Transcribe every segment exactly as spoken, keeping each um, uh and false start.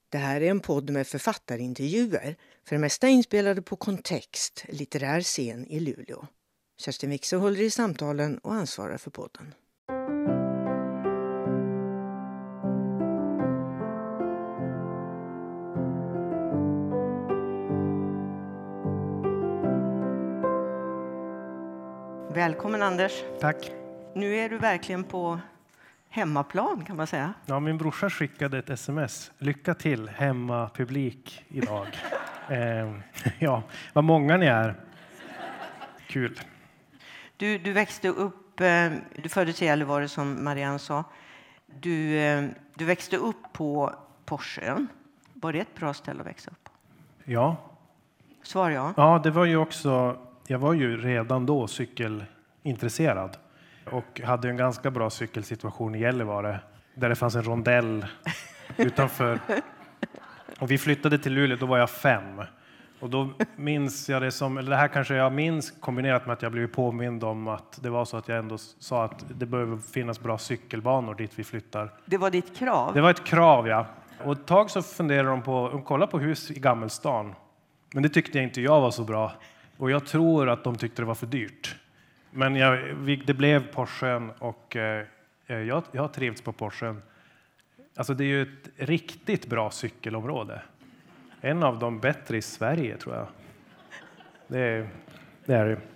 Det här är en podd med författarintervjuer, för det mesta inspelade på Kontext, litterär scen i Luleå. Kerstin Wixe håller i samtalen och ansvarar för podden. Välkommen Anders. Tack. Nu är du verkligen på hemmaplan kan man säga. Ja, min brorsa skickade ett sms. Lycka till hemmapublik idag. eh, ja, vad många ni är. Kul. Du, du växte upp, eh, du föddes i Gällivare som Marianne sa. Du, eh, du växte upp på Porsön. Var det ett bra ställe att växa upp på? Ja. Svar ja. Ja, det var ju också, jag var ju redan då cykelintresserad. Och hade en ganska bra cykelsituation i Gällivare. Där det fanns en rondell utanför. Och vi flyttade till Luleå, då var jag fem. Och då minns jag det som, eller det här kanske jag minns kombinerat med att jag blev påmind om att det var så att jag ändå sa att det behöver finnas bra cykelbanor dit vi flyttar. Det var ditt krav? Det var ett krav, ja. Och ett tag så funderade de på att kolla på hus i Gammelstan. Men det tyckte jag inte jag var så bra. Och jag tror att de tyckte det var för dyrt. Men jag, vi, det blev Porsön och eh, jag, jag har trivts på Porsön. Alltså det är ju ett riktigt bra cykelområde. En av de bättre i Sverige tror jag. Det är det. Är det.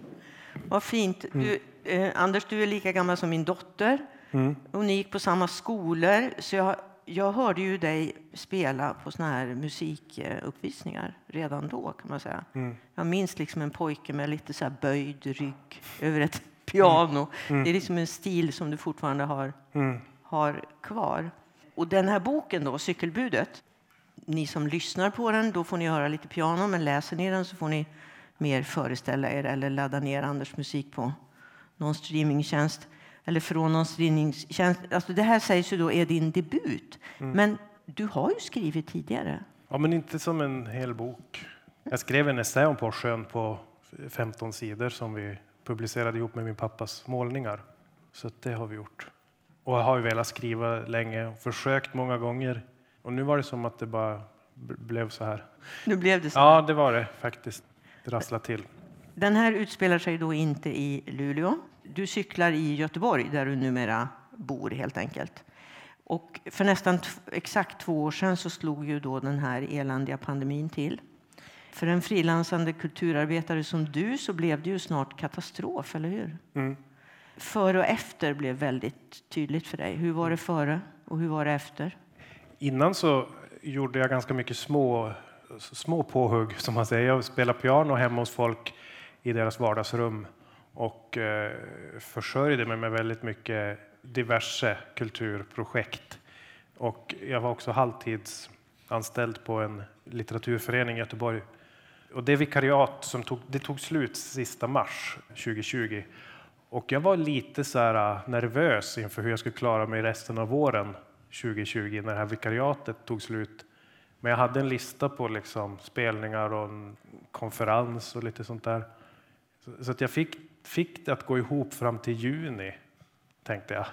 Vad fint. Du, eh, Anders, du är lika gammal som min dotter. Mm. Och ni gick på samma skolor. Så jag, jag hörde ju dig spela på såna här musikuppvisningar redan då kan man säga. Mm. Jag minns liksom en pojke med lite så här böjd rygg över ett piano. Mm. Mm. Det är liksom en stil som du fortfarande har, mm. har kvar. Och den här boken då, Cykelbudet. Ni som lyssnar på den, då får ni höra lite piano. Men läser ni den så får ni mer föreställa er eller ladda ner Anders musik på någon streamingtjänst. Eller från någon streamingtjänst. Alltså det här sägs ju då är din debut. Mm. Men du har ju skrivit tidigare. Ja, men inte som en hel bok. Jag skrev en essä om Porsön på femton sidor som vi publicerade ihop med min pappas målningar. Så det har vi gjort. Och jag har ju velat skriva länge och försökt många gånger. Och nu var det som att det bara blev så här. Nu blev det så. Ja, det var det faktiskt. Det rasslade till. Den här utspelar sig då inte i Luleå. Du cyklar i Göteborg där du numera bor helt enkelt. Och för nästan t- exakt två år sedan så slog ju då den här eländiga pandemin till. För en frilansande kulturarbetare som du så blev det ju snart katastrof, eller hur? Mm. Före och efter blev väldigt tydligt för dig. Hur var det före och hur var det efter? Innan så gjorde jag ganska mycket små, små påhugg som man säger. Jag spelade piano hemma hos folk i deras vardagsrum. Och eh, försörjde mig med väldigt mycket diverse kulturprojekt. Och jag var också halvtidsanställd på en litteraturförening i Göteborg. Och det vikariat som tog, det tog slut sista mars tjugohundratjugo. Och jag var lite så här nervös inför hur jag skulle klara mig resten av våren tjugohundratjugo när det här vikariatet tog slut. Men jag hade en lista på liksom spelningar och en konferens och lite sånt där. Så, så att jag fick fick det att gå ihop fram till juni, tänkte jag.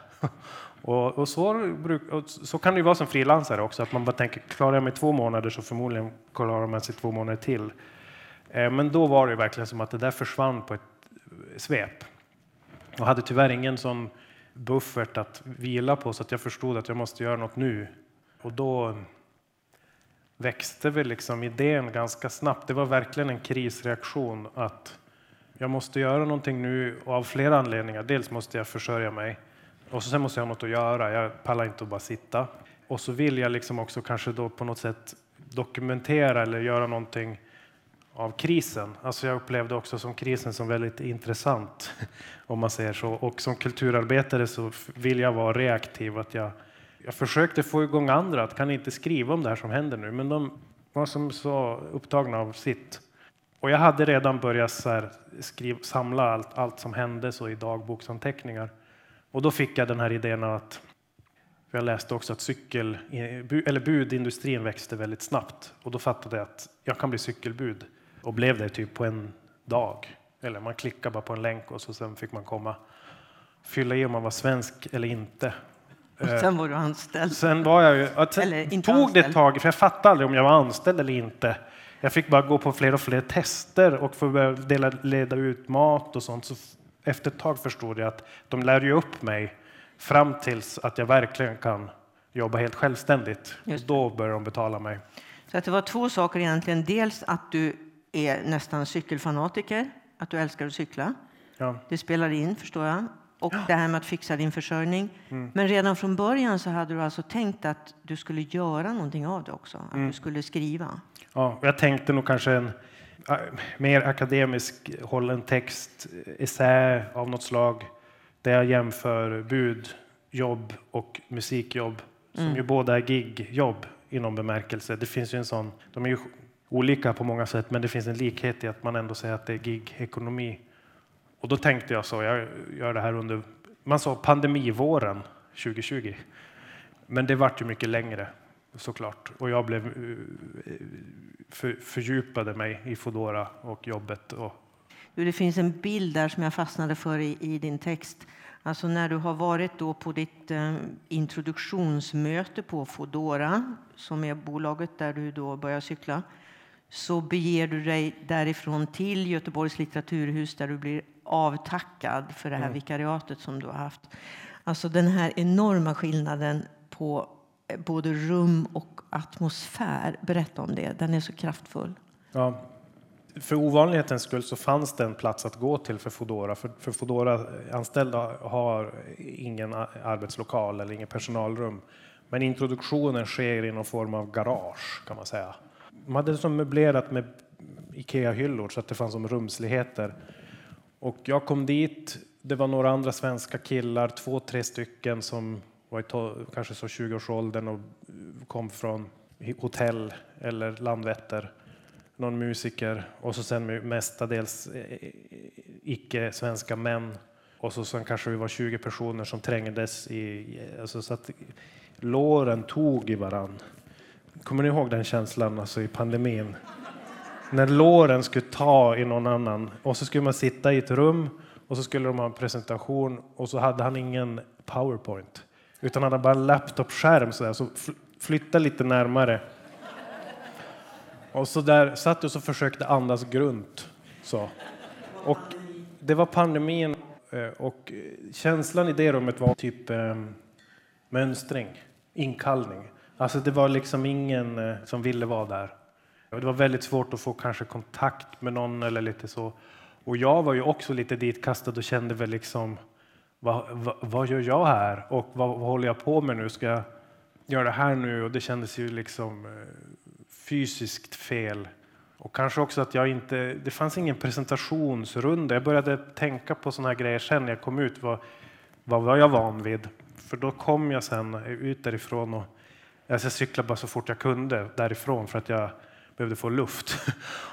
och, och, så, och så kan det ju vara som frilansare också, att man bara tänker, klarar jag mig två månader så förmodligen klarar man sig två månader till. Eh, men då var det verkligen som att det där försvann på ett svep. Och hade tyvärr ingen sån buffert att vila på, så att jag förstod att jag måste göra något nu. Och då växte väl liksom idén ganska snabbt. Det var verkligen en krisreaktion att jag måste göra någonting nu, och av flera anledningar. Dels måste jag försörja mig. Och så sen måste jag ha något att göra. Jag pallar inte att bara sitta. Och så vill jag liksom också kanske då på något sätt dokumentera eller göra någonting av krisen. Alltså jag upplevde också som krisen som väldigt intressant, om man säger så. Och som kulturarbetare så vill jag vara reaktiv. Att jag, jag försökte få igång andra att kan inte skriva om det här som händer nu. Men de var som så upptagna av sitt. Och jag hade redan börjat så här skriva, samla allt, allt som hände så i dagboksanteckningar. Och då fick jag den här idén att, för jag läste också att cykel, eller budindustrin växte väldigt snabbt. Och då fattade jag att jag kan bli cykelbud. Och blev det typ på en dag. Eller man klickar bara på en länk och så sen fick man komma, fylla i om man var svensk eller inte. Och sen var du anställd. Sen var jag ju, sen tog det ett tag, för jag fattade aldrig om jag var anställd eller inte. Jag fick bara gå på fler och fler tester och få börja dela, leda ut mat och sånt. Så efter ett tag förstod jag att de lär ju upp mig fram tills att jag verkligen kan jobba helt självständigt. Då börjar de betala mig. Så att det var två saker egentligen. Dels att du är nästan cykelfanatiker, att du älskar att cykla. Ja. Det spelar in, förstår jag. Och det här med att fixa din försörjning. Mm. Men redan från början så hade du alltså tänkt att du skulle göra någonting av det också. Att mm. du skulle skriva. Ja, jag tänkte nog kanske en äh, mer akademisk hållen text, essä av något slag. Där jag jämför budjobb och musikjobb. Som mm. ju båda är gigjobb i någon bemärkelse. Det finns ju en sån, de är ju olika på många sätt. Men det finns en likhet i att man ändå säger att det är gigekonomi. Och då tänkte jag så, jag gör det här under, man sa pandemivåren tjugo tjugo. Men det vart ju mycket längre såklart. Och jag blev för, fördjupade mig i Foodora och jobbet. Och... Det finns en bild där som jag fastnade för i, i din text. Alltså när du har varit då på ditt eh, introduktionsmöte på Foodora, som är bolaget där du då börjar cykla, så beger du dig därifrån till Göteborgs litteraturhus där du blir avtackad för det här mm. vikariatet som du har haft. Alltså den här enorma skillnaden på både rum och atmosfär. Berätta om det, den är så kraftfull. Ja, för ovanlighetens skull så fanns det en plats att gå till för Foodora. För, för Foodora-anställda har ingen arbetslokal eller ingen personalrum. Men introduktionen sker i någon form av garage kan man säga. Man hade som möblerat med Ikea-hyllor så att det fanns som rumsligheter. Och jag kom dit, det var några andra svenska killar, två, tre stycken som var i to- kanske så tjugo-årsåldern och kom från hotell eller Landvetter. Någon musiker och så sen mestadels icke-svenska män. Och så sen kanske vi var tjugo personer som trängdes i, alltså så att låren tog i varann. Kommer ni ihåg den känslan alltså i pandemin? När låren skulle ta i någon annan. Och så skulle man sitta i ett rum. Och så skulle de ha en presentation. Och så hade han ingen PowerPoint. Utan han hade bara en laptopskärm. Så, där, så flytta lite närmare. Och så där satt jag och så försökte andas grunt. Så. Och det var pandemin. Och känslan i det rummet var typ eh, mönstring. Inkallning. Alltså det var liksom ingen eh, som ville vara där. Det var väldigt svårt att få kanske kontakt med någon eller lite så. Och jag var ju också lite ditkastad och kände väl liksom, vad, vad, vad gör jag här? Och vad, vad håller jag på med nu? Ska jag göra det här nu? Och det kändes ju liksom eh, fysiskt fel. Och kanske också att jag inte, det fanns ingen presentationsrunda. Jag började tänka på såna här grejer sen när jag kom ut. Vad, vad var jag van vid? För då kom jag sen ut därifrån och alltså jag cyklade bara så fort jag kunde därifrån för att jag behövde få luft.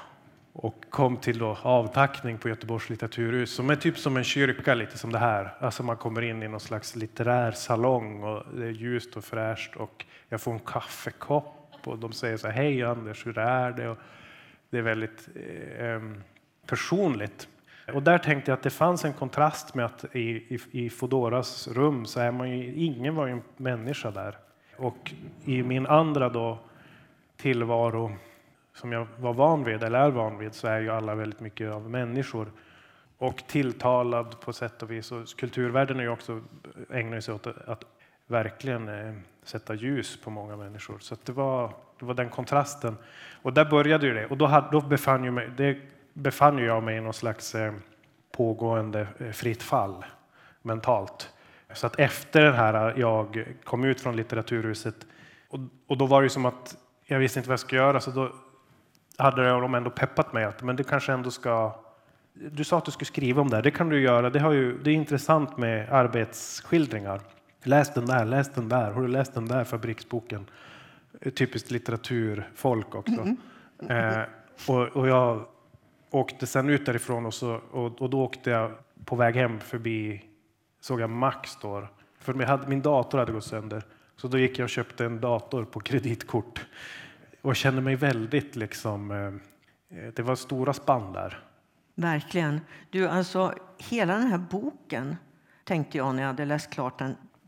Och kom till då avtackning på Göteborgs litteraturhus som är typ som en kyrka, lite som det här. Alltså man kommer in i någon slags litterär salong och det är ljust och fräscht och jag får en kaffekopp och de säger så här, hej Anders, hur är det? Och det är väldigt eh, personligt. Och där tänkte jag att det fanns en kontrast med att i, i, i Foodoras rum så är man ju, ingen var ju en människa där. Och i min andra då tillvaro som jag var van vid eller är van vid så är ju alla väldigt mycket av människor. Och tilltalad på sätt och vis. Och kulturvärlden är ju också ägnar sig åt att, att verkligen eh, sätta ljus på många människor. Så att det, var, det var den kontrasten. Och där började ju det. Och då, hade, då befann, ju mig, det befann ju jag mig i någon slags eh, pågående eh, fritt fall mentalt. Så att efter den här jag kom ut från litteraturhuset och, och då var det som att jag visste inte vad jag skulle göra så då hade de ändå peppat mig att men det kanske ändå ska du sa att du skulle skriva om det här. Det kan du göra. Det har ju det är intressant med arbetsskildringar. Läs den där, läs den där. Har du läst den där fabriksboken? Typiskt litteraturfolk också. Mm. Eh, och, och jag åkte sen ut därifrån och så och, och då åkte jag på väg hem förbi såg jag Max då. För jag hade, min dator hade gått sönder. Så då gick jag och köpte en dator på kreditkort. Och kände mig väldigt liksom... Eh, det var stora spann där. Verkligen. Du, alltså, hela den här boken tänkte jag när jag hade läst klart den.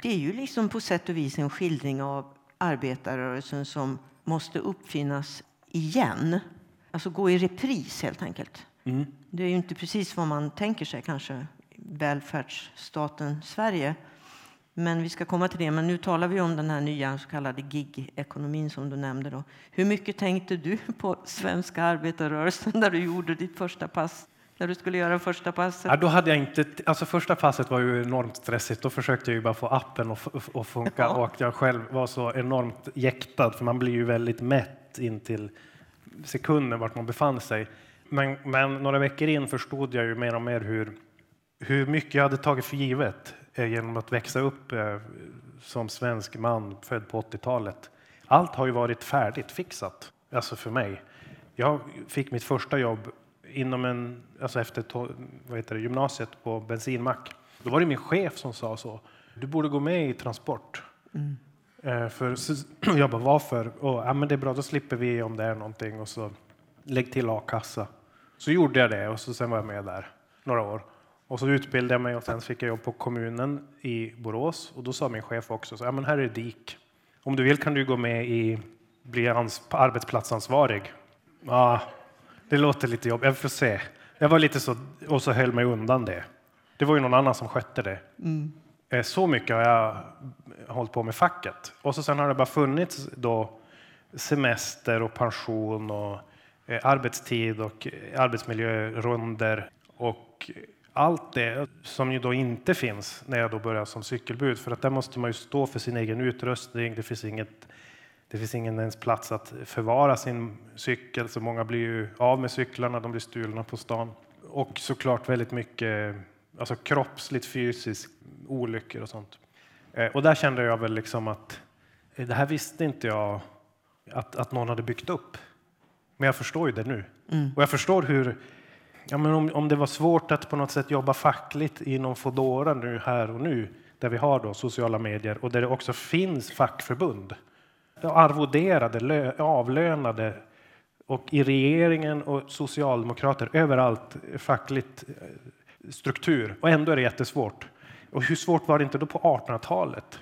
det är ju liksom på sätt och vis en skildring av arbetarrörelsen som måste uppfinnas igen. Alltså gå i repris helt enkelt. Mm. Det är ju inte precis vad man tänker sig kanske, välfärdsstaten Sverige. Men vi ska komma till det. Men nu talar vi om den här nya så kallade gig-ekonomin som du nämnde då. Hur mycket tänkte du på svenska arbetarrörelsen när du gjorde ditt första pass? När du skulle göra första passet? Ja, då hade jag inte, alltså första passet var ju enormt stressigt. Då försökte jag ju bara få appen att, att funka. Ja. Och att jag själv var så enormt jäktad. För man blir ju väldigt mätt in till sekunden vart man befann sig. Men, men några veckor in förstod jag ju mer och mer hur, hur mycket jag hade tagit för givet eh, genom att växa upp eh, som svensk man född på åttiotalet. Allt har ju varit färdigt, fixat. Alltså för mig. Jag fick mitt första jobb inom en, alltså efter vad heter det, gymnasiet på bensinmack. Då var det min chef som sa så. Du borde gå med i transport. Mm. Eh, för så, jag bara, varför? Och, ja, men det är bra, då slipper vi om det är någonting. Och så lägg till a-kassa. Så gjorde jag det och så sen var jag med där några år. Och så utbildade jag mig och sen fick jag jobb på kommunen i Borås. Och då sa min chef också, så, ja men här är dik. Om du vill kan du gå med i, bli ans, arbetsplatsansvarig. Ja, det låter lite jobb. Jag får se. Jag var lite så, och så höll mig undan det. Det var ju någon annan som skötte det. Mm. Så mycket har jag hållit på med facket. Och så sen har det bara funnits då semester och pension och eh, arbetstid och arbetsmiljörunder och allt det som ju då inte finns när jag då börjar som cykelbud. För att där måste man ju stå för sin egen utrustning. Det finns inget, det finns ingen ens plats att förvara sin cykel. Så många blir ju av med cyklarna, de blir stulna på stan. Och såklart väldigt mycket alltså kroppsligt, fysiskt, olyckor och sånt. Eh, och där kände jag väl liksom att eh, det här visste inte jag att, att någon hade byggt upp. Men jag förstår ju det nu. Mm. Och jag förstår hur, ja men om, om det var svårt att på något sätt jobba fackligt inom Foodora nu här och nu, där vi har då sociala medier och där det också finns fackförbund. Arvoderade, lö, avlönade och i regeringen och socialdemokrater överallt fackligt struktur. Och ändå är det jättesvårt. Och hur svårt var det inte då på artonhundratalet?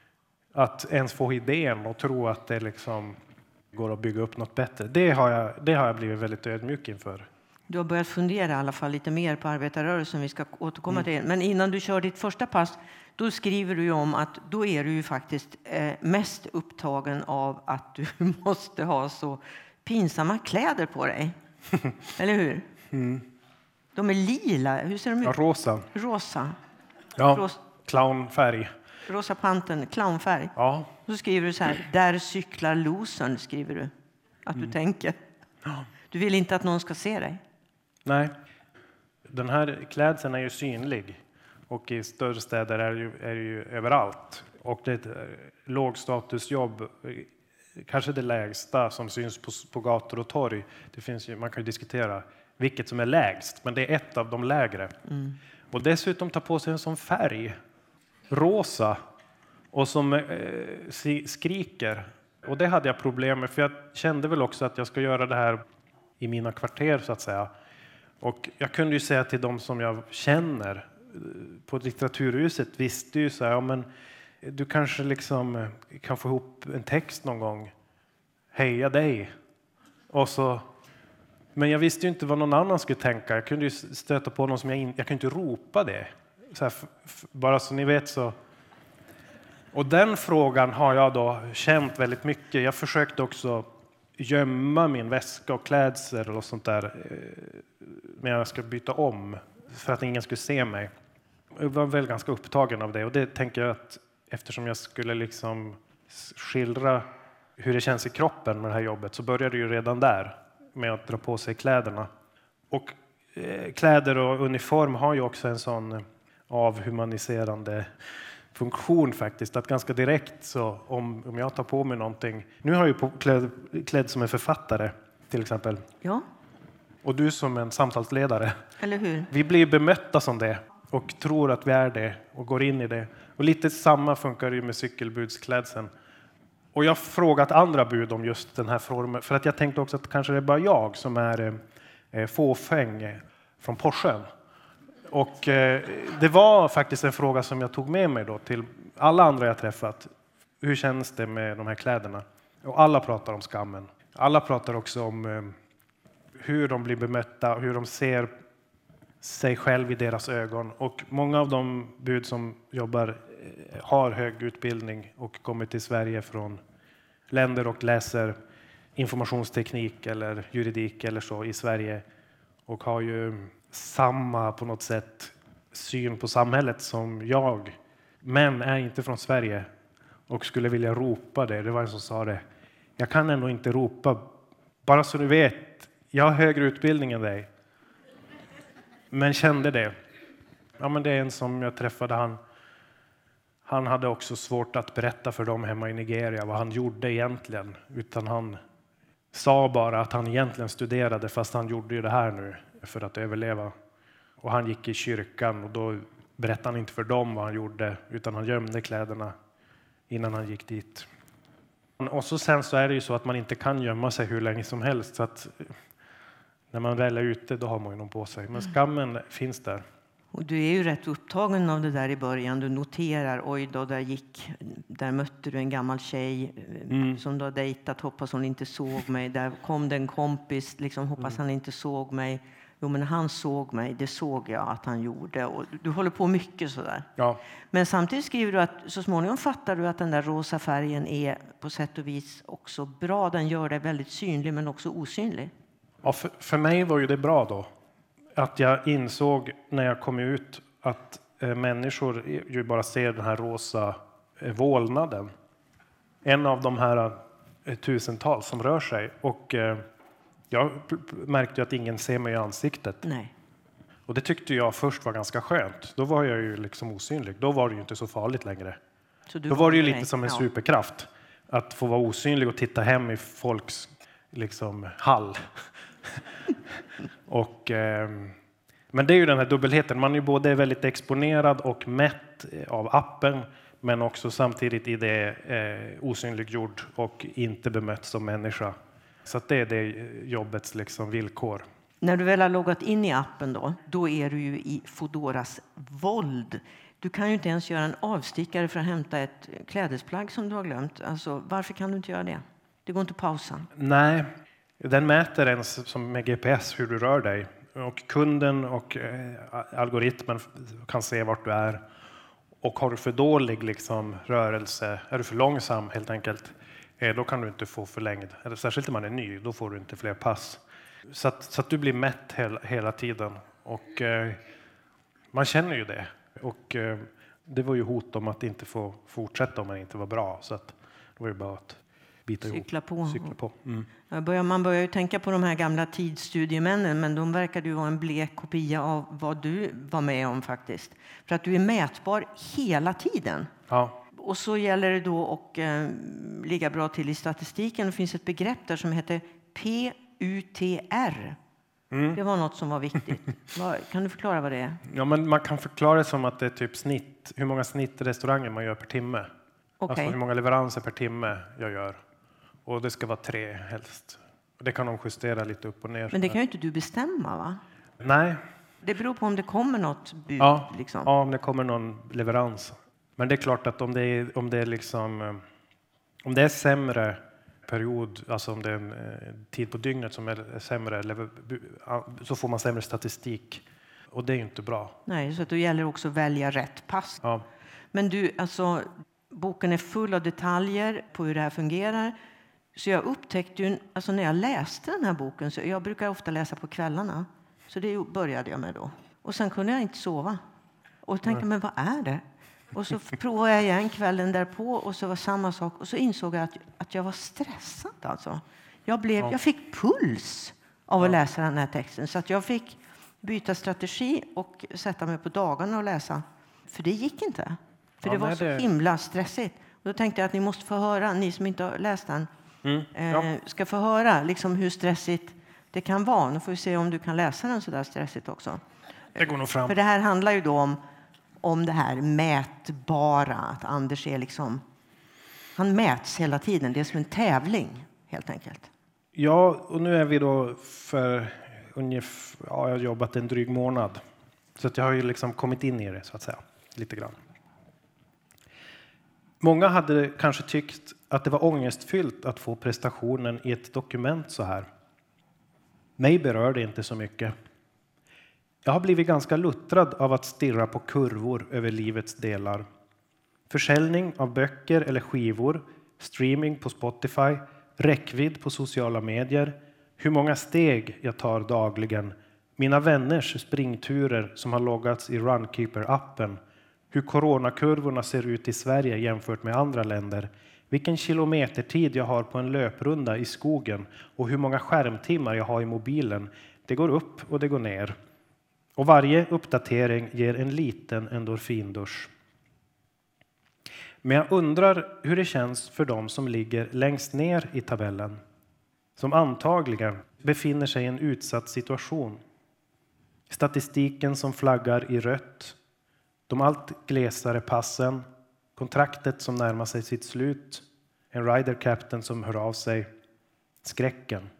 Att ens få idén och tro att det liksom går att bygga upp något bättre. Det har jag, det har jag blivit väldigt ödmjuk inför. Du har börjat fundera i alla fall lite mer på arbetarrörelsen. Vi ska återkomma mm. till det. Men innan du kör ditt första pass, då skriver du ju om att då är du ju faktiskt eh, mest upptagen av att du måste ha så pinsamma kläder på dig. Eller hur? Mm. De är lila. Hur ser de ut? Ja, rosa. Rosa. Ja, Ros- clownfärg. Rosa panten, clownfärg. Ja. Så skriver du så här, där cyklar losern, skriver du. Att mm. du tänker. Ja. Du vill inte att någon ska se dig. Nej. Den här klädseln är ju synlig. Och i större städer är det ju, är det ju överallt. Och det är ett lågstatusjobb. Kanske det lägsta som syns på, på gator och torg. Det finns ju, man kan ju diskutera vilket som är lägst. Men det är ett av de lägre. Mm. Och dessutom ta på sig en sån färg. Rosa. Och som eh, skriker. Och det hade jag problem med. För jag kände väl också att jag ska göra det här i mina kvarter så att säga. Och jag kunde ju säga till dem som jag känner på litteraturhuset visste ju så här, ja, men du kanske liksom kan få ihop en text någon gång. Heja dig. Och så, men jag visste ju inte vad någon annan skulle tänka. Jag kunde ju stöta på någon som jag inte, jag kunde inte ropa det. Så här, f- f- bara så ni vet så. Och den frågan har jag då känt väldigt mycket. Jag försökte också gömma min väska och klädsel och sånt där. Men jag ska byta om för att ingen skulle se mig. Jag var väl ganska upptagen av det. Och det tänker jag att eftersom jag skulle liksom skildra hur det känns i kroppen med det här jobbet så började det ju redan där med att dra på sig kläderna. Och eh, kläder och uniform har ju också en sån avhumaniserande funktion faktiskt. Att ganska direkt så om, om jag tar på mig någonting. Nu har jag ju på klädd, klädd som en författare till exempel. Ja. Och du som en samtalsledare. Eller hur? Vi blir bemötta som det. Och tror att vi är det. Och går in i det. Och lite samma funkar ju med cykelbudsklädseln. Och jag har frågat andra bud om just den här formen. För att jag tänkte också att kanske det är bara jag som är eh, fåfäng från Porsche. Och eh, det var faktiskt en fråga som jag tog med mig då till alla andra jag träffat, hur känns det med de här kläderna? Och alla pratar om skammen. Alla pratar också om eh, hur de blir bemötta, hur de ser sig själv i deras ögon. Och många av de bud som jobbar eh, har hög utbildning och kommer till Sverige från länder och läser informationsteknik eller juridik eller så i Sverige. Och har ju samma på något sätt syn på samhället som jag. Men är inte från Sverige och skulle vilja ropa det. Det var en som sa det. Jag kan ändå inte ropa. Bara så du vet, jag har högre utbildning än dig. Men kände det. Ja, men det är en som jag träffade. Han, han hade också svårt att berätta för dem hemma i Nigeria vad han gjorde egentligen. Utan han sa bara att han egentligen studerade fast han gjorde ju det här nu för att överleva. Och han gick i kyrkan och då berättade han inte för dem vad han gjorde utan han gömde kläderna innan han gick dit. Och så sen så är det ju så att man inte kan gömma sig hur länge som helst så att när man väl är ute då har man ju någon på sig. Men skammen mm. finns där. Och du är ju rätt upptagen av det där i början. Du noterar, oj då, där gick, där mötte du en gammal tjej mm. som du har dejtat, hoppas hon inte såg mig. Där kom det en kompis, liksom, hoppas mm. han inte såg mig. Jo, men han såg mig, det såg jag att han gjorde. Och du håller på mycket sådär. Ja. Men samtidigt skriver du att så småningom fattar du att den där rosa färgen är på sätt och vis också bra. Den gör dig väldigt synlig men också osynlig. Ja, för, för mig var ju det bra då. Att jag insåg när jag kom ut att eh, människor ju bara ser den här rosa eh, vålnaden. En av de här eh, tusentals som rör sig. Och eh, jag märkte ju att ingen ser mig i ansiktet. Nej. Och det tyckte jag först var ganska skönt. Då var jag ju liksom osynlig. Då var det ju inte så farligt längre. Så Då var det ju lite som en ja. superkraft. Att få vara osynlig och titta hem i folks liksom, hall. och, eh, men det är ju den här dubbelheten. Man är ju både väldigt exponerad och mätt av appen. Men också samtidigt i det eh, osynliggjord och inte bemött som människa. Så att det är det jobbets liksom villkor. När du väl har loggat in i appen då, då är du ju i Foodoras våld. Du kan ju inte ens göra en avstickare för att hämta ett klädesplagg som du har glömt. Alltså, varför kan du inte göra det? Det går inte att pausa. Nej, den mäter ens som med G P S hur du rör dig. Och kunden och eh, algoritmen kan se vart du är. Och har du för dålig liksom, rörelse, är du för långsam helt enkelt, eh, då kan du inte få förlängd. Eller särskilt om man är ny, då får du inte fler pass. Så att, så att du blir mätt hela, hela tiden. Och eh, man känner ju det. Och eh, det var ju hot om att inte få fortsätta om man inte var bra. Så att det var ju bara att bita Cykla ihop. på. Cykla på. Mm. Jag börjar, man börjar ju tänka på de här gamla tidsstudiemännen, men de verkar ju vara en blek kopia av vad du var med om faktiskt. För att du är mätbar hela tiden. Ja. Och så gäller det då att eh, ligga bra till i statistiken. Det finns ett begrepp där som heter P U T R. Mm. Det var något som var viktigt. Kan du förklara vad det är? Ja, men man kan förklara det som att det är typ snitt. Hur många snittrestauranger man gör per timme. Okay. Alltså hur många leveranser per timme jag gör. Och det ska vara tre helst. Och det kan de justera lite upp och ner. Men det kan ju inte du bestämma, va? Nej. Det beror på om det kommer något bud. Ja, liksom. ja, om det kommer någon leverans. Men det är klart att om det är, om det är, liksom, om det är sämre period, alltså om det är en eh, tid på dygnet som är sämre, så får man sämre statistik. Och det är ju inte bra. Nej, så att det gäller också att välja rätt pass. Ja. Men du, alltså, boken är full av detaljer på hur det här fungerar. Så jag upptäckte ju, alltså när jag läste den här boken, så jag brukar ofta läsa på kvällarna. Så det började jag med då. Och sen kunde jag inte sova. Och tänkte, men vad är det? Och så provade jag igen kvällen därpå och så var samma sak. Och så insåg jag att, att jag var stressad alltså. Jag, blev, ja. jag fick puls av att ja. läsa den här texten. Så att jag fick byta strategi och sätta mig på dagarna och läsa. För det gick inte. För ja, det var så det... himla stressigt. Och då tänkte jag att ni måste få höra, ni som inte har läst den. Mm. Ja. Eh, ska få höra liksom hur stressigt det kan vara. Nu får vi se om du kan läsa den så där stressigt också. Det går nog fram. För det här handlar ju då om om det här mätbara, att Anders är liksom, han mäts hela tiden, det är som en tävling helt enkelt. Ja, och nu är vi då för ungefär, ja, jag har jobbat en dryg månad, så att jag har ju liksom kommit in i det så att säga, lite grann. Många hade kanske tyckt att det var ångestfyllt att få prestationen i ett dokument så här. Mig berör det inte så mycket. Jag har blivit ganska luttrad av att stirra på kurvor över livets delar. Försäljning av böcker eller skivor, streaming på Spotify, räckvidd på sociala medier, hur många steg jag tar dagligen, mina vänners springturer som har loggats i Runkeeper-appen, hur coronakurvorna ser ut i Sverige jämfört med andra länder, vilken kilometertid jag har på en löprunda i skogen och hur många skärmtimmar jag har i mobilen. Det går upp och det går ner. Och varje uppdatering ger en liten endorfindusch. Men jag undrar hur det känns för dem som ligger längst ner i tabellen. Som antagligen befinner sig i en utsatt situation. Statistiken som flaggar i rött. De allt glesare passen. Kontraktet som närmar sig sitt slut. En rider captain som hör av sig. Skräcken.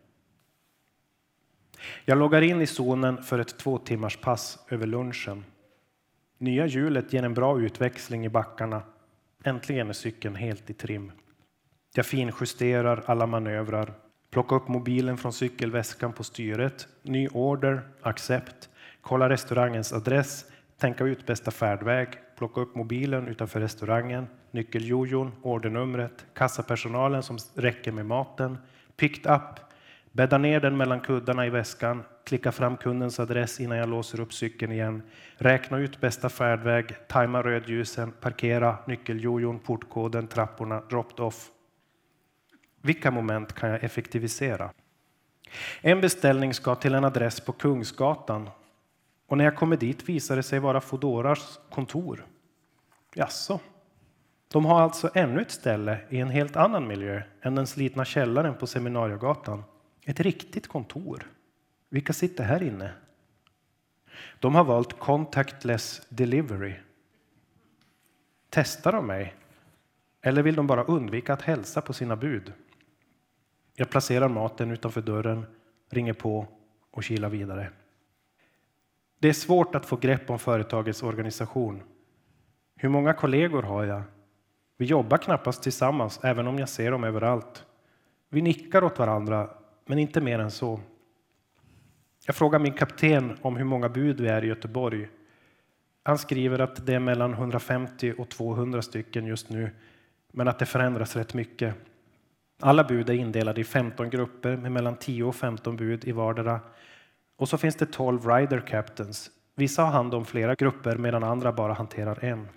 Jag loggar in i zonen för ett två timmars pass över lunchen. Nya hjulet ger en bra utväxling i backarna. Äntligen är cykeln helt i trim. Jag finjusterar alla manövrar. Plocka upp mobilen från cykelväskan på styret. Ny order, accept. Kolla restaurangens adress. Tänka ut bästa färdväg. Plocka upp mobilen utanför restaurangen. Nyckeljojon, ordernumret. Kassapersonalen som räcker med maten. Picked up. Bädda ner den mellan kuddarna i väskan. Klicka fram kundens adress innan jag låser upp cykeln igen. Räkna ut bästa färdväg. Tajma rödljusen. Parkera. Nyckeljojon, portkoden, trapporna. Dropped off. Vilka moment kan jag effektivisera? En beställning ska till en adress på Kungsgatan. Och när jag kommer dit visar det sig vara Foodoras kontor. Jaså? De har alltså ännu ett ställe i en helt annan miljö än den slitna källaren på Seminariegatan. Ett riktigt kontor. Vilka sitter här inne? De har valt contactless delivery. Testar de mig? Eller vill de bara undvika att hälsa på sina bud? Jag placerar maten utanför dörren, ringer på och kilar vidare. Det är svårt att få grepp om företagets organisation. Hur många kollegor har jag? Vi jobbar knappast tillsammans även om jag ser dem överallt. Vi nickar åt varandra, men inte mer än så. Jag frågar min kapten om hur många bud vi är i Göteborg. Han skriver att det är mellan hundrafemtio och tvåhundra stycken just nu, men att det förändras rätt mycket. Alla bud är indelade i femton grupper med mellan tio och femton bud i vardera. Och så finns det tolv rider captains. Vissa har hand om flera grupper medan andra bara hanterar en.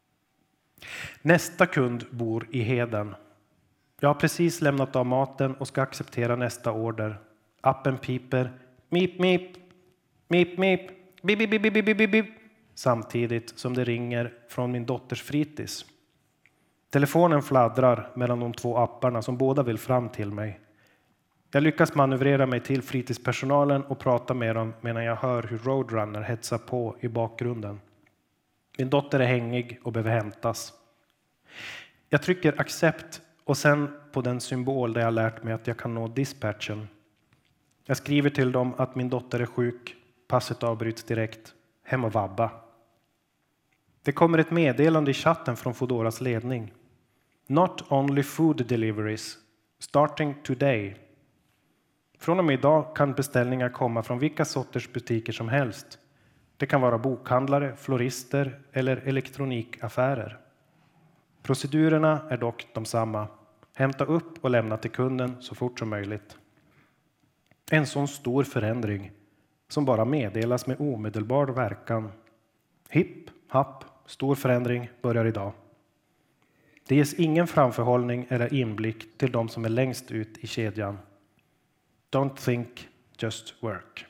Nästa kund bor i Heden. Jag har precis lämnat av maten och ska acceptera nästa order. Appen piper. Mip, mip. Mip, mip. Bip, bip, bip, bip, bip, bip. Samtidigt som det ringer från min dotters fritids. Telefonen fladdrar mellan de två apparna som båda vill fram till mig. Jag lyckas manövrera mig till fritidspersonalen och prata med dem medan jag hör hur Roadrunner hetsar på i bakgrunden. Min dotter är hängig och behöver hämtas. Jag trycker accept och sen på den symbol där jag lärt mig att jag kan nå dispatchen. Jag skriver till dem att min dotter är sjuk. Passet avbryts direkt. Hem och vabba. Det kommer ett meddelande i chatten från Foodoras ledning. Not only food deliveries. Starting today. Från och med idag kan beställningar komma från vilka sorters butiker som helst. Det kan vara bokhandlare, florister eller elektronikaffärer. Procedurerna är dock de samma. Hämta upp och lämna till kunden så fort som möjligt. En sån stor förändring som bara meddelas med omedelbar verkan. Hipp, happ, stor förändring börjar idag. Det ges ingen framförhållning eller inblick till de som är längst ut i kedjan. Don't think, just work.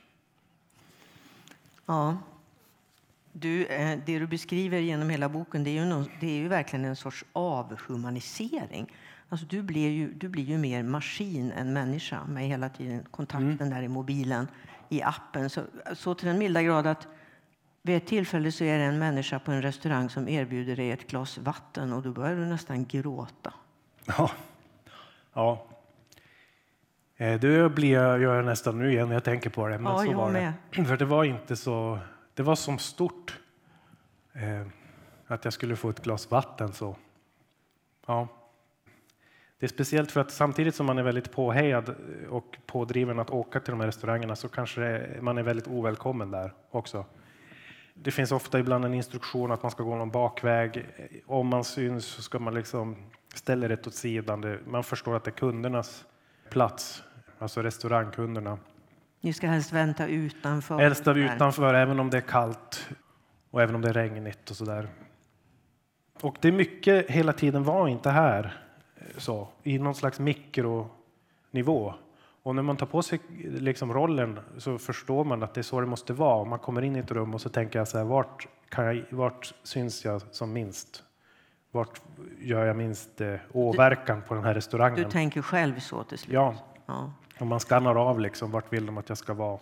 Ja. Du, eh, det du beskriver genom hela boken, det är ju, no, det är ju verkligen en sorts avhumanisering. Alltså du blir ju, du blir ju mer maskin än människa med hela tiden kontakten mm. där i mobilen, i appen. Så, så till den milda grad att vid ett tillfälle så är det en människa på en restaurang som erbjuder dig ett glas vatten och då börjar du nästan gråta. Ja, ja. Det blir jag gör nästan nu igen när jag tänker på det. Men ja, så jag var med. Det. För det var inte så, det var som stort eh, att jag skulle få ett glas vatten så. Ja. Det är speciellt för att samtidigt som man är väldigt påhejad och pådriven att åka till de här restaurangerna så kanske man är väldigt ovälkommen där också. Det finns ofta ibland en instruktion att man ska gå någon bakväg. Om man syns så ska man liksom ställa rätt åt sidan. Man förstår att det är kundernas plats, alltså restaurangkunderna. Ni ska helst vänta utanför. Helst utanför, även om det är kallt och även om det är regnigt och sådär. Och det är mycket hela tiden var inte här så, i någon slags mikronivå. Och när man tar på sig liksom rollen så förstår man att det är så det måste vara. Man kommer in i ett rum och så tänker jag så här, vart, kan jag, vart syns jag som minst? Vart gör jag minst eh, åverkan på den här restaurangen? Du tänker själv så till slut? Ja, ja. Och man skannar av liksom, vart vill de att jag ska vara?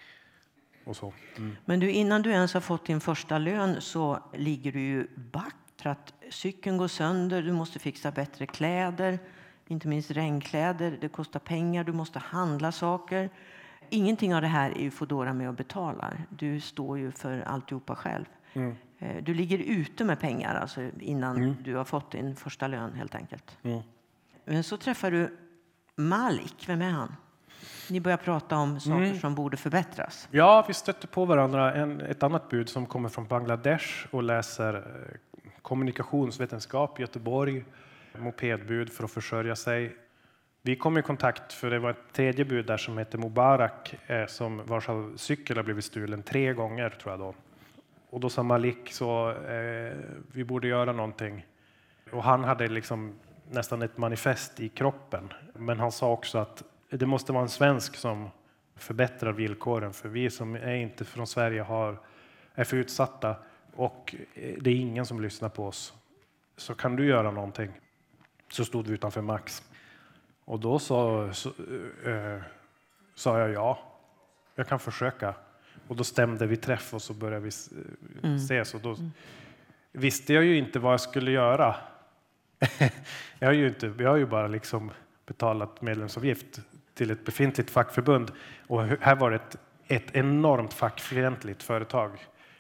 Och så. Mm. Men du, innan du ens har fått din första lön så ligger du ju back för att cykeln går sönder, du måste fixa bättre kläder. Inte minst regnkläder, det kostar pengar, du måste handla saker. Ingenting av det här är ju Foodora med och betalar. Du står ju för alltihopa själv. Mm. Du ligger ute med pengar alltså innan mm. du har fått din första lön helt enkelt. Mm. Men så träffar du Malik, vem är han? Ni börjar prata om saker mm. som borde förbättras. Ja, vi stötte på varandra. En, ett annat bud som kommer från Bangladesh och läser eh, kommunikationsvetenskap i Göteborg. Mopedbud för att försörja sig. Vi kom i kontakt för det var ett tredje bud där som heter Mubarak eh, som vars cykel har blivit stulen tre gånger tror jag då. Och då sa Malik så eh, vi borde göra någonting. Och han hade liksom nästan ett manifest i kroppen. Men han sa också att det måste vara en svensk som förbättrar villkoren för vi som är inte från Sverige har, är för utsatta och det är ingen som lyssnar på oss. Så kan du göra någonting? Så stod vi utanför Max. Och då så, så, äh, sa jag ja, jag kan försöka. Och då stämde vi träff och så började vi äh, mm. ses. Och då mm. visste jag ju inte vad jag skulle göra. jag, har ju inte, jag har ju bara liksom betalat medlemsavgift till ett befintligt fackförbund. Och här var det ett, ett enormt fackfientligt företag.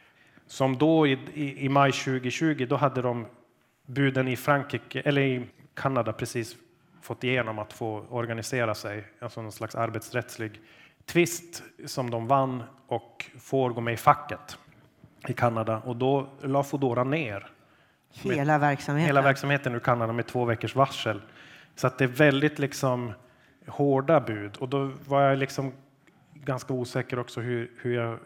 Som då i, i, i maj tjugo tjugo, då hade de buden i Frankrike eller i Kanada precis fått igenom att få organisera sig, alltså någon slags arbetsrättslig tvist som de vann och får gå med i facket i Kanada. Och då la Foodora ner hela verksamheten. Hela verksamheten i Kanada med två veckors varsel. Så att det är väldigt liksom hårda bud. Och då var jag liksom ganska osäker också hur, hur jag,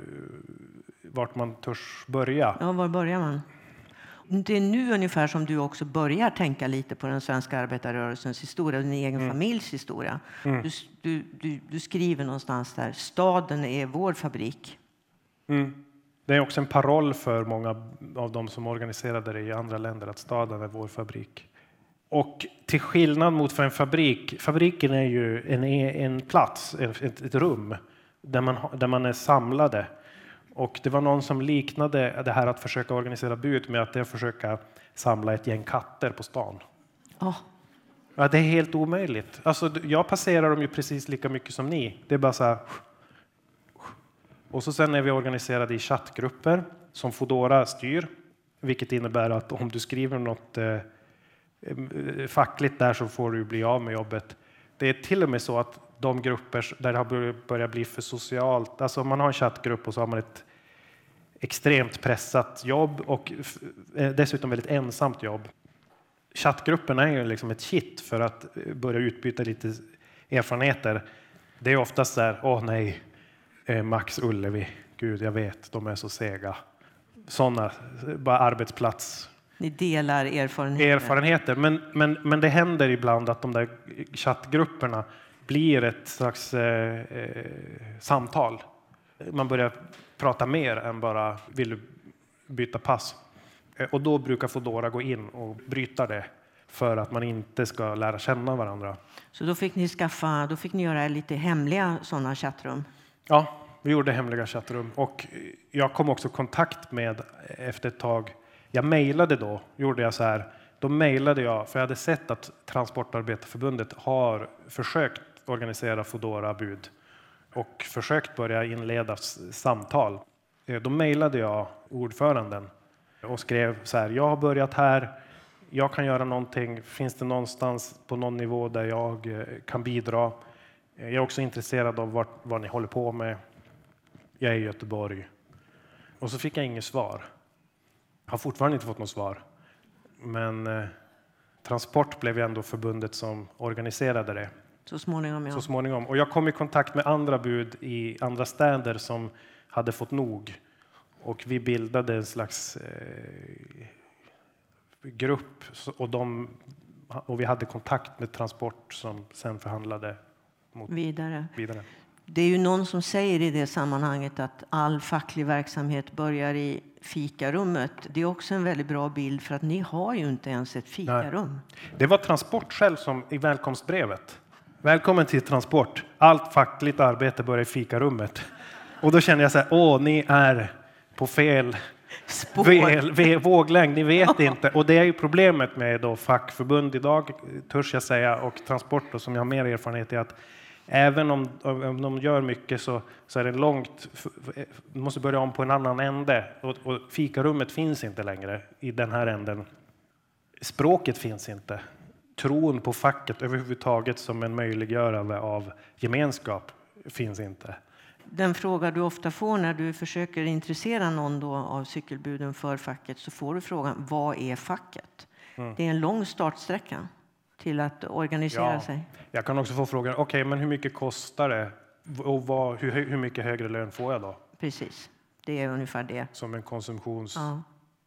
vart man törs börja. Ja, var börjar man? Det är nu ungefär som du också börjar tänka lite på den svenska arbetarrörelsens historia, din egen mm. familjs historia. Mm. Du, du, du, du skriver någonstans där, staden är vår fabrik. Mm. Det är också en paroll för många av de som organiserade det i andra länder, att staden är vår fabrik. Och till skillnad mot för en fabrik, fabriken är ju en, en plats, ett, ett rum där man, där man är samlade. Och det var någon som liknade det här att försöka organisera bud med att det är att försöka samla ett gäng katter på stan. Oh. Ja, det är helt omöjligt. Alltså, jag passerar dem ju precis lika mycket som ni. Det är bara så här. Och så sen är vi organiserade i chattgrupper som Foodora styr. Vilket innebär att om du skriver något eh, fackligt där så får du bli av med jobbet. Det är till och med så att de grupper där det har börjat bli för socialt, alltså om man har en chattgrupp och så har man ett extremt pressat jobb och dessutom väldigt ensamt jobb. Chattgrupperna är ju liksom ett kitt för att börja utbyta lite erfarenheter. Det är oftast så här, åh nej, Max Ullevi, gud jag vet, de är så sega. Sådana, bara arbetsplats. Ni delar erfarenheter. Erfarenheter, men, men, men det händer ibland att de där chattgrupperna blir ett slags eh, eh, samtal. Man börjar prata mer än bara vill du byta pass. Eh, och då brukar Foodora gå in och bryta det för att man inte ska lära känna varandra. Så då fick ni skaffa, då fick ni göra lite hemliga sådana chattrum? Ja, vi gjorde hemliga chattrum. Och jag kom också i kontakt med efter ett tag. Jag mejlade då, gjorde jag så här. Då mejlade jag, för jag hade sett att Transportarbetarförbundet har försökt organisera Foodora-bud och försökt börja inleda samtal. Då mejlade jag ordföranden och skrev så här, jag har börjat här, jag kan göra någonting. Finns det någonstans på någon nivå där jag eh, kan bidra? Jag är också intresserad av vad, vad ni håller på med. Jag är i Göteborg. Och så fick jag inget svar. Jag har fortfarande inte fått något svar. Men eh, Transport blev ju ändå förbundet som organiserade det. Så småningom, ja. Så småningom. Och jag kom i kontakt med andra bud i andra städer som hade fått nog. Och vi bildade en slags eh, grupp. Och, de, och vi hade kontakt med Transport som sen förhandlade mot vidare. vidare. Det är ju någon som säger i det sammanhanget att all facklig verksamhet börjar i fikarummet. Det är också en väldigt bra bild för att ni har ju inte ens ett fikarum. Nej. Det var Transport själv som i välkomstbrevet. Välkommen till Transport. Allt fackligt arbete börjar i fikarummet. Och då kände jag så här, åh, ni är på fel spår. Våglängd, ni vet inte. Och det är ju problemet med då fackförbund idag, törs jag säga, och Transport då, som jag har mer erfarenhet i, att även om, om de gör mycket så, så är det långt, de måste börja om på en annan ände. Och, och fikarummet finns inte längre i den här änden. Språket finns inte. Tron på facket överhuvudtaget som en möjliggörande av gemenskap finns inte. Den fråga du ofta får när du försöker intressera någon då av cykelbuden för facket, så får du frågan, vad är facket? Mm. Det är en lång startsträcka till att organisera ja, sig. Jag kan också få frågan, okej, okay, men hur mycket kostar det? Och vad, hur, hur mycket högre lön får jag då? Precis, det är ungefär det. Som en konsumtions... Ja.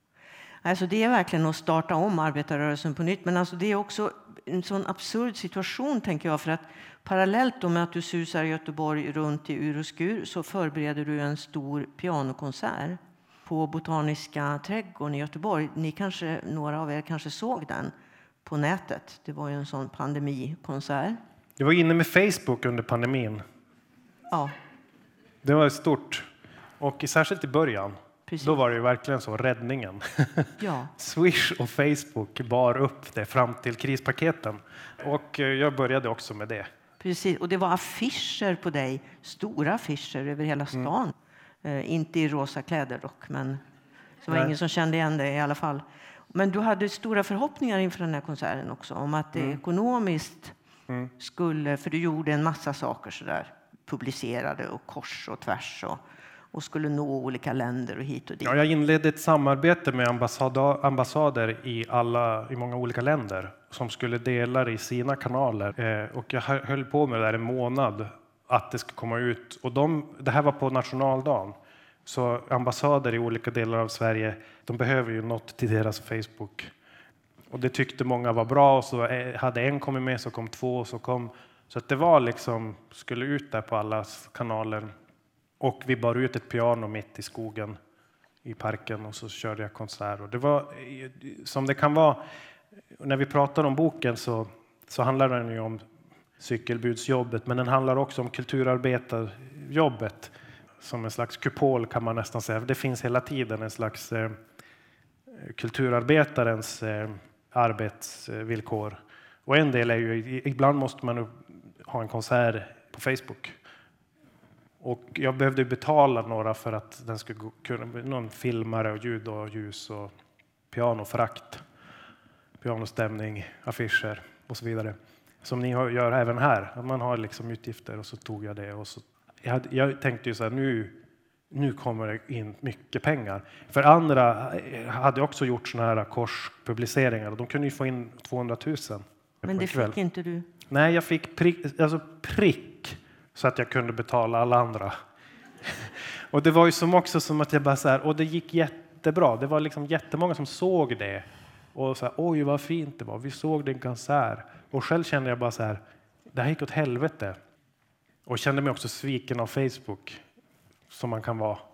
Alltså det är verkligen att starta om arbetarrörelsen på nytt. Men alltså det är också en sån absurd situation, tänker jag. För att parallellt med att du susar i Göteborg runt i ur och skur, så förbereder du en stor pianokonsert på Botaniska trädgården i Göteborg. Ni kanske, några av er kanske såg den på nätet. Det var ju en sån pandemikonsert. Det var inne med Facebook under pandemin. Ja. Det var stort. Och särskilt i början. Precis. Då var det ju verkligen så, räddningen. Ja. Swish och Facebook bar upp det fram till krispaketen. Och jag började också med det. Precis, och det var affischer på dig. Stora affischer över hela stan. Mm. Eh, inte i rosa kläder dock, men det var Nej. ingen som kände igen det i alla fall. Men du hade stora förhoppningar inför den här konserten också. Om att det mm. ekonomiskt mm. skulle, för du gjorde en massa saker sådär. Publicerade och kors och tvärs och... och skulle nå olika länder och hit och dit. Ja, jag inledde ett samarbete med ambassader, ambassader i, alla, i många olika länder som skulle dela det i sina kanaler. Eh, och jag höll på med det där en månad att det ska komma ut. Och de, det här var på nationaldagen. Så ambassader i olika delar av Sverige, de behöver ju något till deras Facebook. Och det tyckte många var bra. Och så hade en kommit med, så kom två. Och så kom, så att det var liksom, skulle ut där på alla kanaler. Och vi bar ut ett piano mitt i skogen i parken och så körde jag konsert. Och det var som det kan vara, när vi pratar om boken så, så handlar den ju om cykelbudsjobbet. Men den handlar också om kulturarbetarjobbet som en slags kupol, kan man nästan säga. Det finns hela tiden en slags eh, kulturarbetarens eh, arbetsvillkor. Och en del är ju, ibland måste man ha en konsert på Facebook. Och jag behövde betala några för att den skulle kunna, någon filmare och ljud och ljus och pianofrakt, pianostämning, affischer och så vidare. Som ni gör även här. Man har liksom utgifter och så tog jag det. Och så, jag, hade, jag tänkte ju så här, nu, nu kommer det in mycket pengar. För andra hade också gjort såna här korspubliceringar och de kunde ju få in tvåhundratusen. Men det fick inte du? Nej, jag fick prick, alltså prick. Så att jag kunde betala alla andra. Och det var ju som också som att jag bara så här, och det gick jättebra. Det var liksom jättemånga som såg det. Och så här, oj vad fint det var. Vi såg den konsert. Och själv kände jag bara så här, det här gick åt helvete. Och kände mig också sviken av Facebook. Som man kan vara.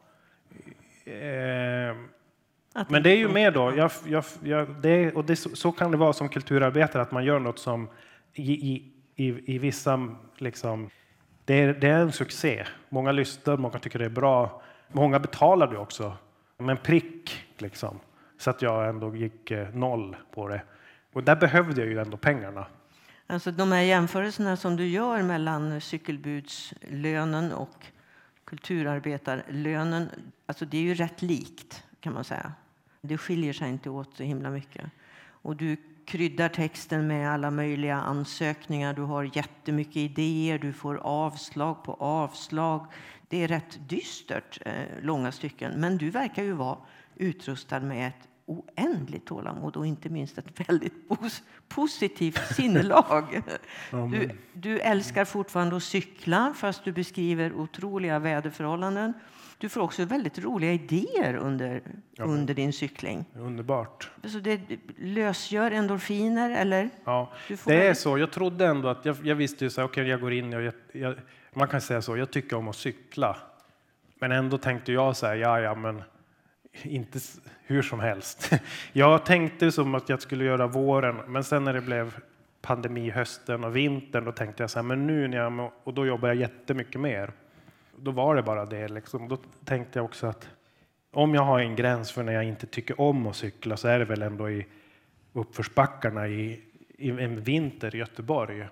Eh, men det är ju mer då. Jag, jag, jag, det, och det, så kan det vara som kulturarbetare. Att man gör något som i, i, i, i vissa liksom... Det är, det är en succé. Många lyssnar, många tycker det är bra. Många betalar det också. Men prick liksom. Så att jag ändå gick eh, noll på det. Och där behövde jag ju ändå pengarna. Alltså de här jämförelserna som du gör mellan cykelbudslönen och kulturarbetarlönen. Alltså det är ju rätt likt kan man säga. Det skiljer sig inte åt så himla mycket. Och du kryddar texten med alla möjliga ansökningar. Du har jättemycket idéer. Du får avslag på avslag. Det är rätt dystert, eh, långa stycken. Men du verkar ju vara utrustad med ett oändligt tålamod och inte minst ett väldigt pos- positivt sinnelag. Du, du älskar fortfarande att cykla fast du beskriver otroliga väderförhållanden. Du får också väldigt roliga idéer under, ja, under din cykling. Underbart. Så det lösgör endorfiner, eller? Ja, det är så. Jag trodde ändå att jag, jag visste ju så, okej, okay, jag går in och jag, jag, man kan säga så, jag tycker om att cykla. Men ändå tänkte jag så här, ja, ja, men inte hur som helst. Jag tänkte som att jag skulle göra våren, men sen när det blev pandemi hösten och vintern, då tänkte jag så här, men nu när jag, och då jobbar jag jättemycket mer. Då var det bara det liksom. Då tänkte jag också att om jag har en gräns för när jag inte tycker om att cykla, så är det väl ändå i uppförsbackarna i, i en vinter i Göteborg.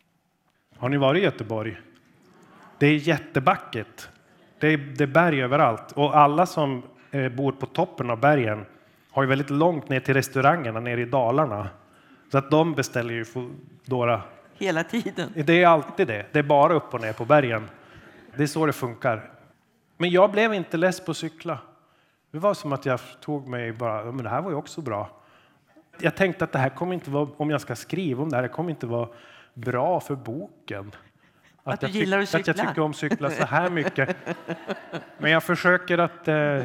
Har ni varit i Göteborg? Det är jättebackigt. Det är, det är berg överallt. Och alla som eh, bor på toppen av bergen har ju väldigt långt ner till restaurangerna nere i Dalarna. Så att de beställer ju Foodora. Hela tiden. Det är alltid det. Det är bara upp och ner på bergen. Det är så det funkar. Men jag blev inte less på att cykla. Det var som att jag tog mig bara, men det här var ju också bra. Jag tänkte att det här kommer inte vara, om jag ska skriva om det här, det kommer inte vara bra för boken. Att, att du jag gillar att cykla. Att jag tycker om att cykla så här mycket. Men jag försöker att eh,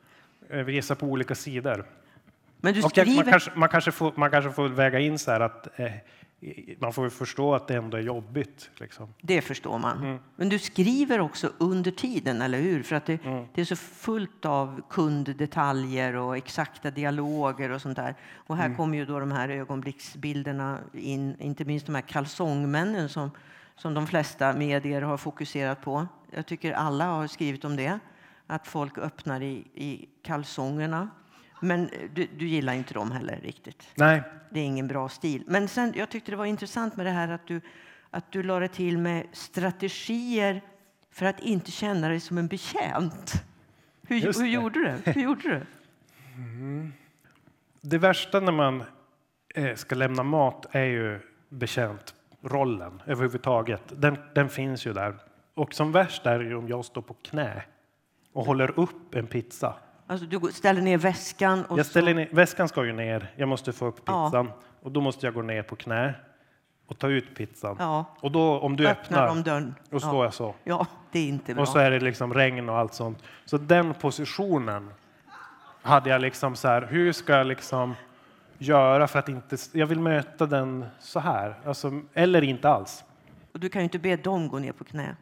visa på olika sidor. Men du Och skriver... jag, man, kanske, man, kanske får, man kanske får väga in så här att eh, man får förstå att det ändå är jobbigt. Liksom. Det förstår man. Mm. Men du skriver också under tiden, eller hur? För att det, mm. det är så fullt av kunddetaljer och exakta dialoger och sånt där. Och här mm. kommer ju då de här ögonblicksbilderna in. Inte minst de här kalsongmännen som, som de flesta medier har fokuserat på. Jag tycker alla har skrivit om det. Att folk öppnar i, i kalsongerna. Men du, du gillar inte dem heller riktigt. Nej. Det är ingen bra stil. Men sen, jag tyckte det var intressant med det här att du, att du lade till med strategier för att inte känna dig som en betjänt. Hur, hur gjorde du? Hur gjorde du? Mm. Det värsta när man eh, ska lämna mat är ju betjäntrollen överhuvudtaget. Den, den finns ju där. Och som värst är det om jag står på knä och håller upp en pizza. Alltså du ställer ner väskan och jag ställer så... ner, väskan ska ju ner. Jag måste få upp pizzan. Ja. Och då måste jag gå ner på knä och ta ut pizzan. Ja. Och då om du öppnar, öppnar dörren. och står ja. jag så. Ja, det är inte bra. Och så är det liksom regn och allt sånt. Så den positionen hade jag liksom så här, hur ska jag liksom göra för att inte, jag vill möta den så här. Alltså, eller inte alls. Och du kan ju inte be dem gå ner på knä.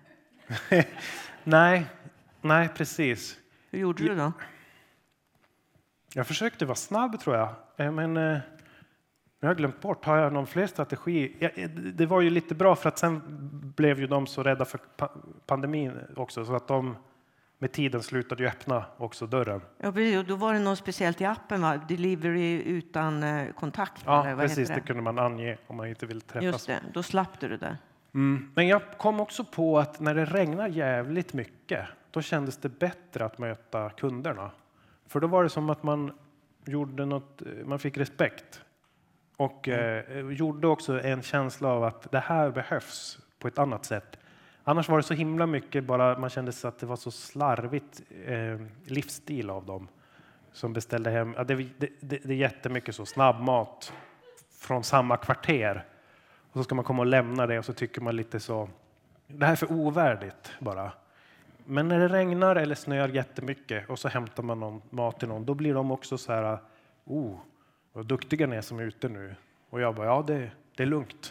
nej, nej precis. Hur gjorde du då? Jag försökte vara snabb tror jag. Men eh, jag har glömt bort. Har jag någon fler strategi? Jag, det var ju lite bra för att sen blev ju de så rädda för pa- pandemin också. Så att de med tiden slutade ju öppna också dörren. Ja, precis. Och då var det något speciellt i appen, va? Delivery utan eh, kontakt. Ja, eller vad precis. Det? det kunde man ange om man inte vill träffas. Just det, då slapp du det där. Mm. Men jag kom också på att när det regnar jävligt mycket, då kändes det bättre att möta kunderna. För då var det som att man gjorde något, man fick respekt. Och mm. eh, gjorde också en känsla av att det här behövs på ett annat sätt. Annars var det så himla mycket bara, man kände sig att det var så slarvigt eh, livsstil av dem. Som beställde hem, ja, det, det, det, det är jättemycket så snabbmat från samma kvarter. Och så ska man komma och lämna det och så tycker man lite så, det här är för ovärdigt bara. Men när det regnar eller snöar jättemycket och så hämtar man någon mat till någon, då blir de också så här, oh, vad duktiga ni är som är ute nu. Och jag bara, ja det, det är lugnt.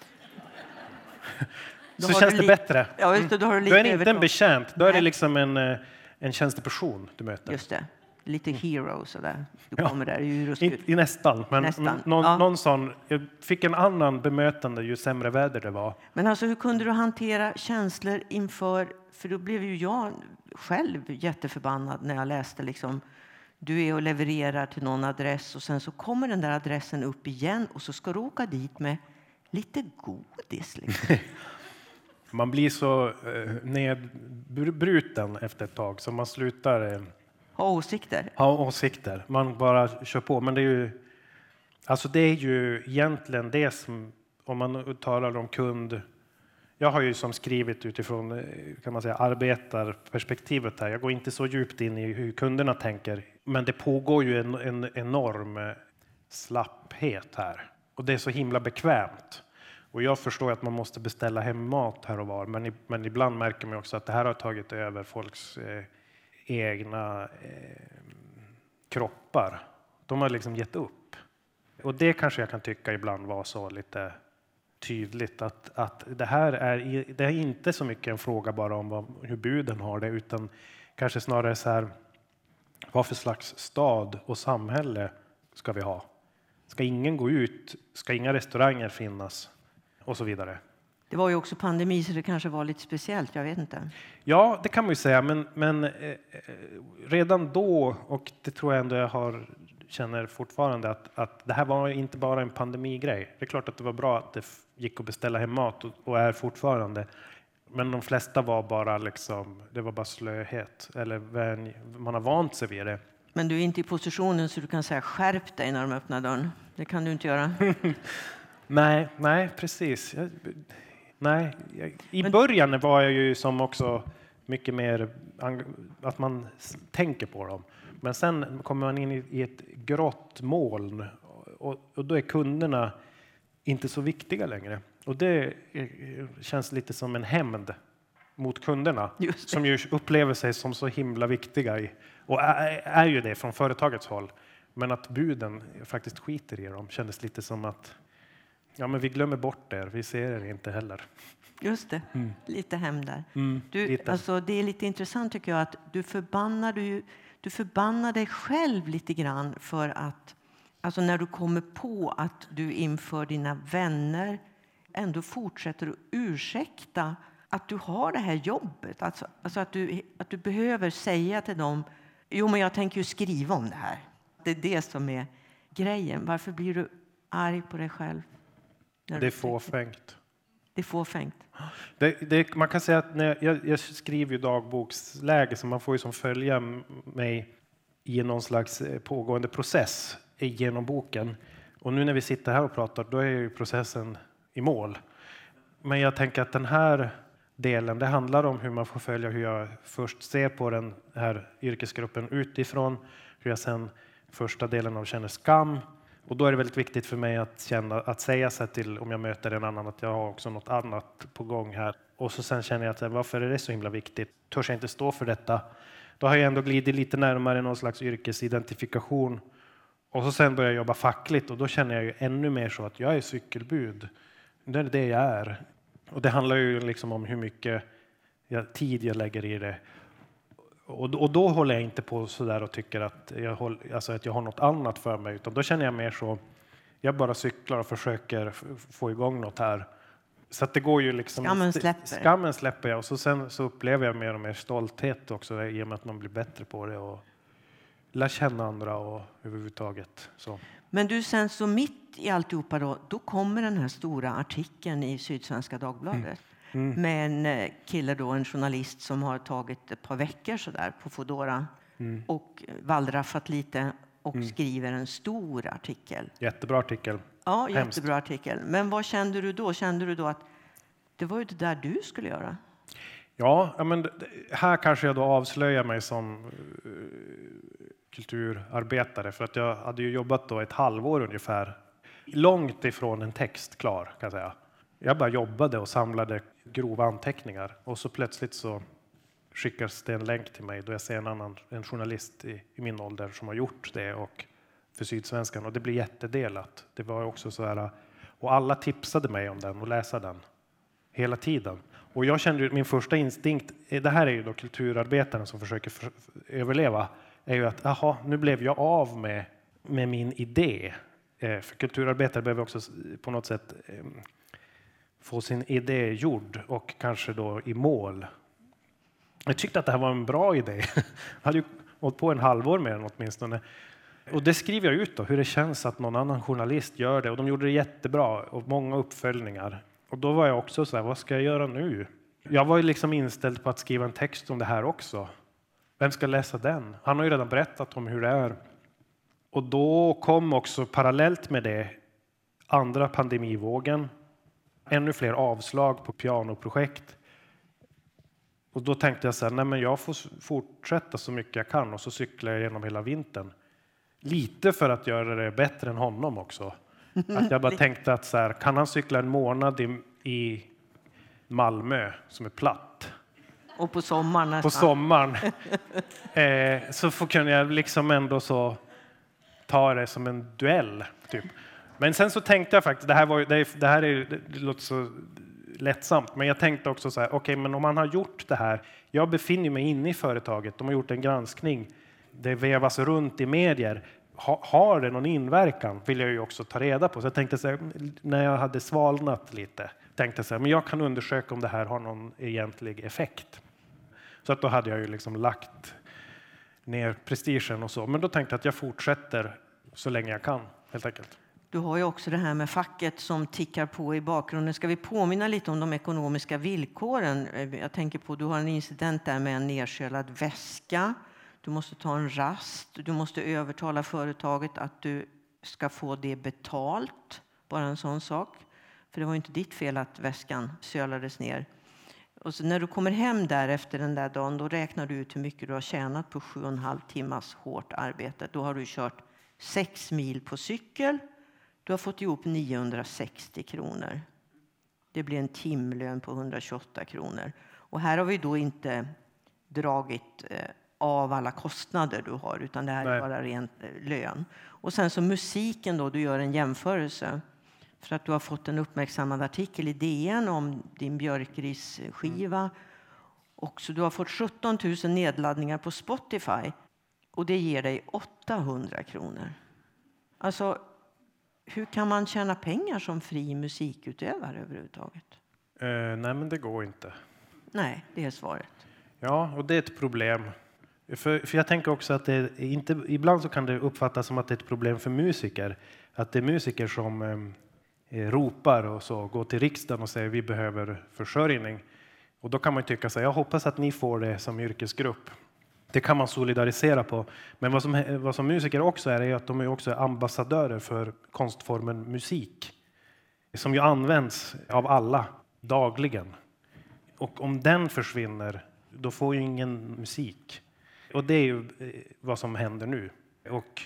Så känns det li- bättre. Ja, just det, då har du, du är inte en betjänt, då är det liksom en, en tjänsteperson du möter. Just det, lite hero sådär. Du ja. kommer där i, I, i nästan, men nästan. Någon, ja. någon sån, jag fick en annan bemötande ju sämre väder det var. Men alltså hur kunde du hantera känslor inför, för då blev ju jag själv jätteförbannad när jag läste liksom, du är och levererar till någon adress och sen så kommer den där adressen upp igen och så ska du åka dit med lite godis liksom. Man blir så eh, nedbruten efter ett tag så man slutar eh, ha åsikter. Ha åsikter. Man bara kör på. Men det är ju, Alltså det är ju egentligen det som, om man talar om kund. Jag har ju som skrivit utifrån, kan man säga, arbetarperspektivet här. Jag går inte så djupt in i hur kunderna tänker. Men det pågår ju en, en enorm slapphet här. Och det är så himla bekvämt. Och jag förstår att man måste beställa hem mat här och var. Men, men ibland märker man också att det här har tagit över folks eh, egna eh, kroppar. De har liksom gett upp. Och det kanske jag kan tycka ibland var så lite tydligt. Att, att det här är, det är inte så mycket en fråga bara om vad, hur buden har det. Utan kanske snarare så här, vad för slags stad och samhälle ska vi ha? Ska ingen gå ut? Ska inga restauranger finnas? Och så vidare. Det var ju också pandemi så det kanske var lite speciellt, jag vet inte. Ja, det kan man ju säga. Men, men eh, redan då, och det tror jag ändå jag har, känner fortfarande, att, att det här var inte bara en pandemigrej. Det är klart att det var bra att det gick att beställa hem mat och, och är fortfarande. Men de flesta var bara liksom, det var bara slöhet. Eller man har vant sig vid det. Men du är inte i positionen så du kan säga skärp dig när de öppnar dörren. Det kan du inte göra. nej, nej, precis. Jag, nej, jag, i Men, början var jag ju som också mycket mer att man tänker på dem. Men sen kommer man in i, i ett grått moln och, och då är kunderna inte så viktiga längre. Och det är, känns lite som en hämnd mot kunderna som ju upplever sig som så himla viktiga i, och är, är ju det från företagets håll. Men att buden faktiskt skiter i dem kändes lite som att ja, men vi glömmer bort er, vi ser er inte heller. Just det, mm. lite hem där. Mm, du, lite. Alltså, det är lite intressant tycker jag att du förbannar, du, du förbannar dig själv lite grann för att alltså när du kommer på att du inför dina vänner ändå fortsätter att ursäkta att du har det här jobbet. Alltså, alltså att, du, att du behöver säga till dem, jo men jag tänker ju skriva om det här. Det är det som är grejen. Varför blir du arg på dig själv? Det är fåfängt. Det är fåfängt. Det, det, man kan säga att när jag, jag skriver ju dagboksläge så man får ju som följa mig i någon slags pågående process genom boken. Och nu när vi sitter här och pratar då är ju processen i mål. Men jag tänker att den här delen, det handlar om hur man får följa hur jag först ser på den här yrkesgruppen utifrån. Hur jag sen första delen av känner skam. Och då är det väldigt viktigt för mig att känna, att säga sig till om jag möter en annan att jag har också något annat på gång här. Och så sen känner jag att varför är det så himla viktigt? Törs jag inte stå för detta? Då har jag ändå glidit lite närmare någon slags yrkesidentifikation. Och så sen börjar jag jobba fackligt och då känner jag ju ännu mer så att jag är cykelbud. Det är det jag är. Och det handlar ju liksom om hur mycket jag, tid jag lägger i det. Och, och då håller jag inte på så där och tycker att jag, håller, alltså att jag har något annat för mig. Utan då känner jag mer så, jag bara cyklar och försöker f- få igång något här. Så att det går ju liksom... Skammen släpper. Skammen släpper jag. Och så sen så upplever jag mer och mer stolthet också i och med att man blir bättre på det. Och lär känna andra och överhuvudtaget så. Men du, sen så mitt i alltihopa då, då kommer den här stora artikeln i Sydsvenska Dagbladet. Mm. Mm. Med en kille då, en journalist som har tagit ett par veckor så där på Foodora mm. och wallraffat lite och mm. skriver en stor artikel. Jättebra artikel. Ja, Hemskt. Jättebra artikel. Men vad kände du då? Kände du då att det var ju det där du skulle göra? Ja, men här kanske jag då avslöjar mig som kulturarbetare för att jag hade ju jobbat då ett halvår ungefär långt ifrån en text klar kan jag säga. Jag bara jobbade och samlade grova anteckningar och så plötsligt så skickas det en länk till mig då jag ser en annan en journalist i, i min ålder som har gjort det och för Sydsvenskan och det blir jättedelat. Det var också så här och alla tipsade mig om den och läsa den hela tiden. Och jag kände ju min första instinkt, det här är ju då kulturarbetaren som försöker för, för, överleva, är ju att aha, nu blev jag av med, med min idé. Eh, för kulturarbetare behöver också på något sätt eh, få sin idé gjord och kanske då i mål. Jag tyckte att det här var en bra idé. Jag hade ju hållit på en halvår med den åtminstone. Och det skriver jag ut då, hur det känns att någon annan journalist gör det. Och de gjorde det jättebra och många uppföljningar. Och då var jag också så här, vad ska jag göra nu? Jag var ju liksom inställd på att skriva en text om det här också. Vem ska läsa den? Han har ju redan berättat om hur det är Och då kom också parallellt med det andra pandemivågen. Ännu fler avslag på pianoprojekt. Och då tänkte jag så här, nej men jag får fortsätta så mycket jag kan och så cyklar jag genom hela vintern. Lite för att göra det bättre än honom också. Att jag bara tänkte att så här, kan han cykla en månad i, i Malmö som är platt? Och på sommaren nästan. På sommaren. eh, så får, kunde jag liksom ändå så ta det som en duell typ. Men sen så tänkte jag faktiskt, det här, var, det, det här är, det låter så lättsamt, men jag tänkte också så här, okej, okay, men om man har gjort det här, jag befinner mig inne i företaget, de har gjort en granskning, det vevas runt i medier, ha, har det någon inverkan, vill jag ju också ta reda på. Så jag tänkte så här, när jag hade svalnat lite, tänkte jag så här, men jag kan undersöka om det här har någon egentlig effekt. Så att då hade jag ju liksom lagt ner prestigen och så, men då tänkte jag att jag fortsätter så länge jag kan, helt enkelt. Du har ju också det här med facket som tickar på i bakgrunden. Ska vi påminna lite om de ekonomiska villkoren? Jag tänker på, du har en incident där med en nedkölad väska. Du måste ta en rast. Du måste övertala företaget att du ska få det betalt. Bara en sån sak. För det var ju inte ditt fel att väskan sölades ner. Och så när du kommer hem där efter den där dagen, då räknar du ut hur mycket du har tjänat på sju och en halv timmas hårt arbete. Då har du kört sex mil på cykel. Du har fått ihop niohundrasextio kronor. Det blir en timlön på hundratjugoåtta kronor. Och här har vi då inte dragit eh, av alla kostnader du har, utan det här Nej. är bara rent eh, lön. Och sen så musiken då, du gör en jämförelse. För att du har fått en uppmärksammad artikel i D N om din Björkris-skiva. Mm. Och så du har fått sjutton tusen nedladdningar på Spotify. Och det ger dig åttahundra kronor. Alltså, hur kan man tjäna pengar som fri musikutövare överhuvudtaget? Uh, nej, men det går inte. Nej, det är svaret. Ja, och det är ett problem. För, för jag tänker också att det är inte, ibland så kan det uppfattas som att det är ett problem för musiker. Att det är musiker som eh, ropar och så går till riksdagen och säger vi behöver försörjning. Och då kan man tycka så här, jag hoppas att ni får det som yrkesgrupp. Det kan man solidarisera på. Men vad som, vad som musiker också är, är att de är också ambassadörer för konstformen musik. Som ju används av alla dagligen. Och om den försvinner, då får ju ingen musik. Och det är ju vad som händer nu. Och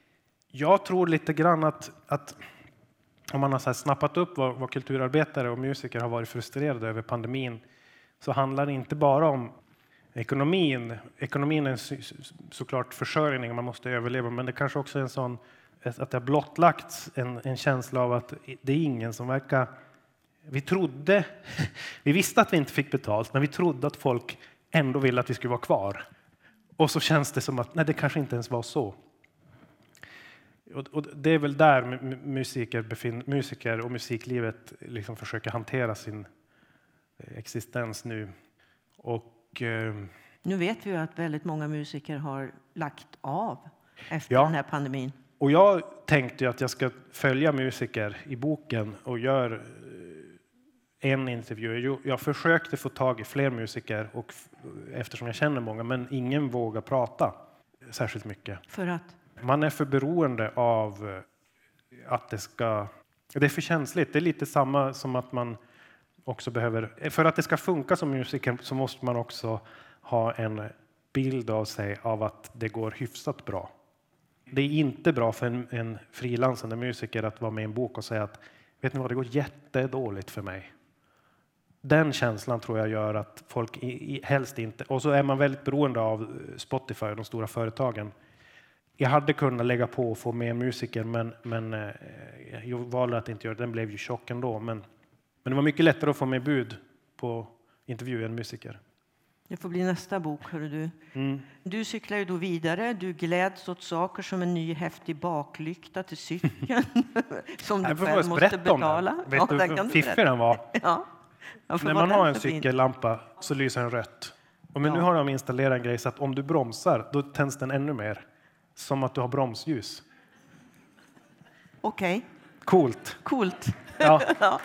jag tror lite grann att, att om man har så här snappat upp vad, vad kulturarbetare och musiker har varit frustrerade över pandemin, så handlar det inte bara om ekonomin. Ekonomin är såklart försörjning, man måste överleva, men det kanske också är en sån att det har blottlagts en, en känsla av att det är ingen som verkar... Vi trodde, vi visste att vi inte fick betalt, men vi trodde att folk ändå ville att vi skulle vara kvar. Och så känns det som att nej, det kanske inte ens var så. Och, och det är väl där musiker, befin, musiker och musiklivet liksom försöker hantera sin existens nu. Och, eh, nu vet vi ju att väldigt många musiker har lagt av efter ja, den här pandemin. Och jag tänkte ju att jag ska följa musiker i boken och gör en intervju. Jag försökte få tag i fler musiker och eftersom jag känner många, men ingen vågar prata särskilt mycket. För att? Man är för beroende av att det ska... Det är för känsligt. Det är lite samma som att man också behöver... För att det ska funka som musiker så måste man också ha en bild av sig av att det går hyfsat bra. Det är inte bra för en, en frilansande musiker att vara med i en bok och säga att vet ni vad, det går jättedåligt för mig. Den känslan tror jag gör att folk i, i, helst inte... Och så är man väldigt beroende av Spotify och de stora företagen. Jag hade kunnat lägga på och få med musiker, men, men eh, jag valde att inte göra det. Den blev ju tjock ändå. Men, men det var mycket lättare att få med bud på intervju än musiker. Det får bli nästa bok, hör du. Mm. Du cyklar ju då vidare. Du gläds åt saker som en ny häftig baklykta till cykeln. Som du själv måste betala. Den. Vet ja, du hur fiffig den var? Ja. När man har en cykellampa så lyser den rött. Och men ja. Nu har de installerat en grej så att om du bromsar, då tänds den ännu mer. Som att du har bromsljus. Okej. Okay. Coolt. Coolt. Ja. Ja.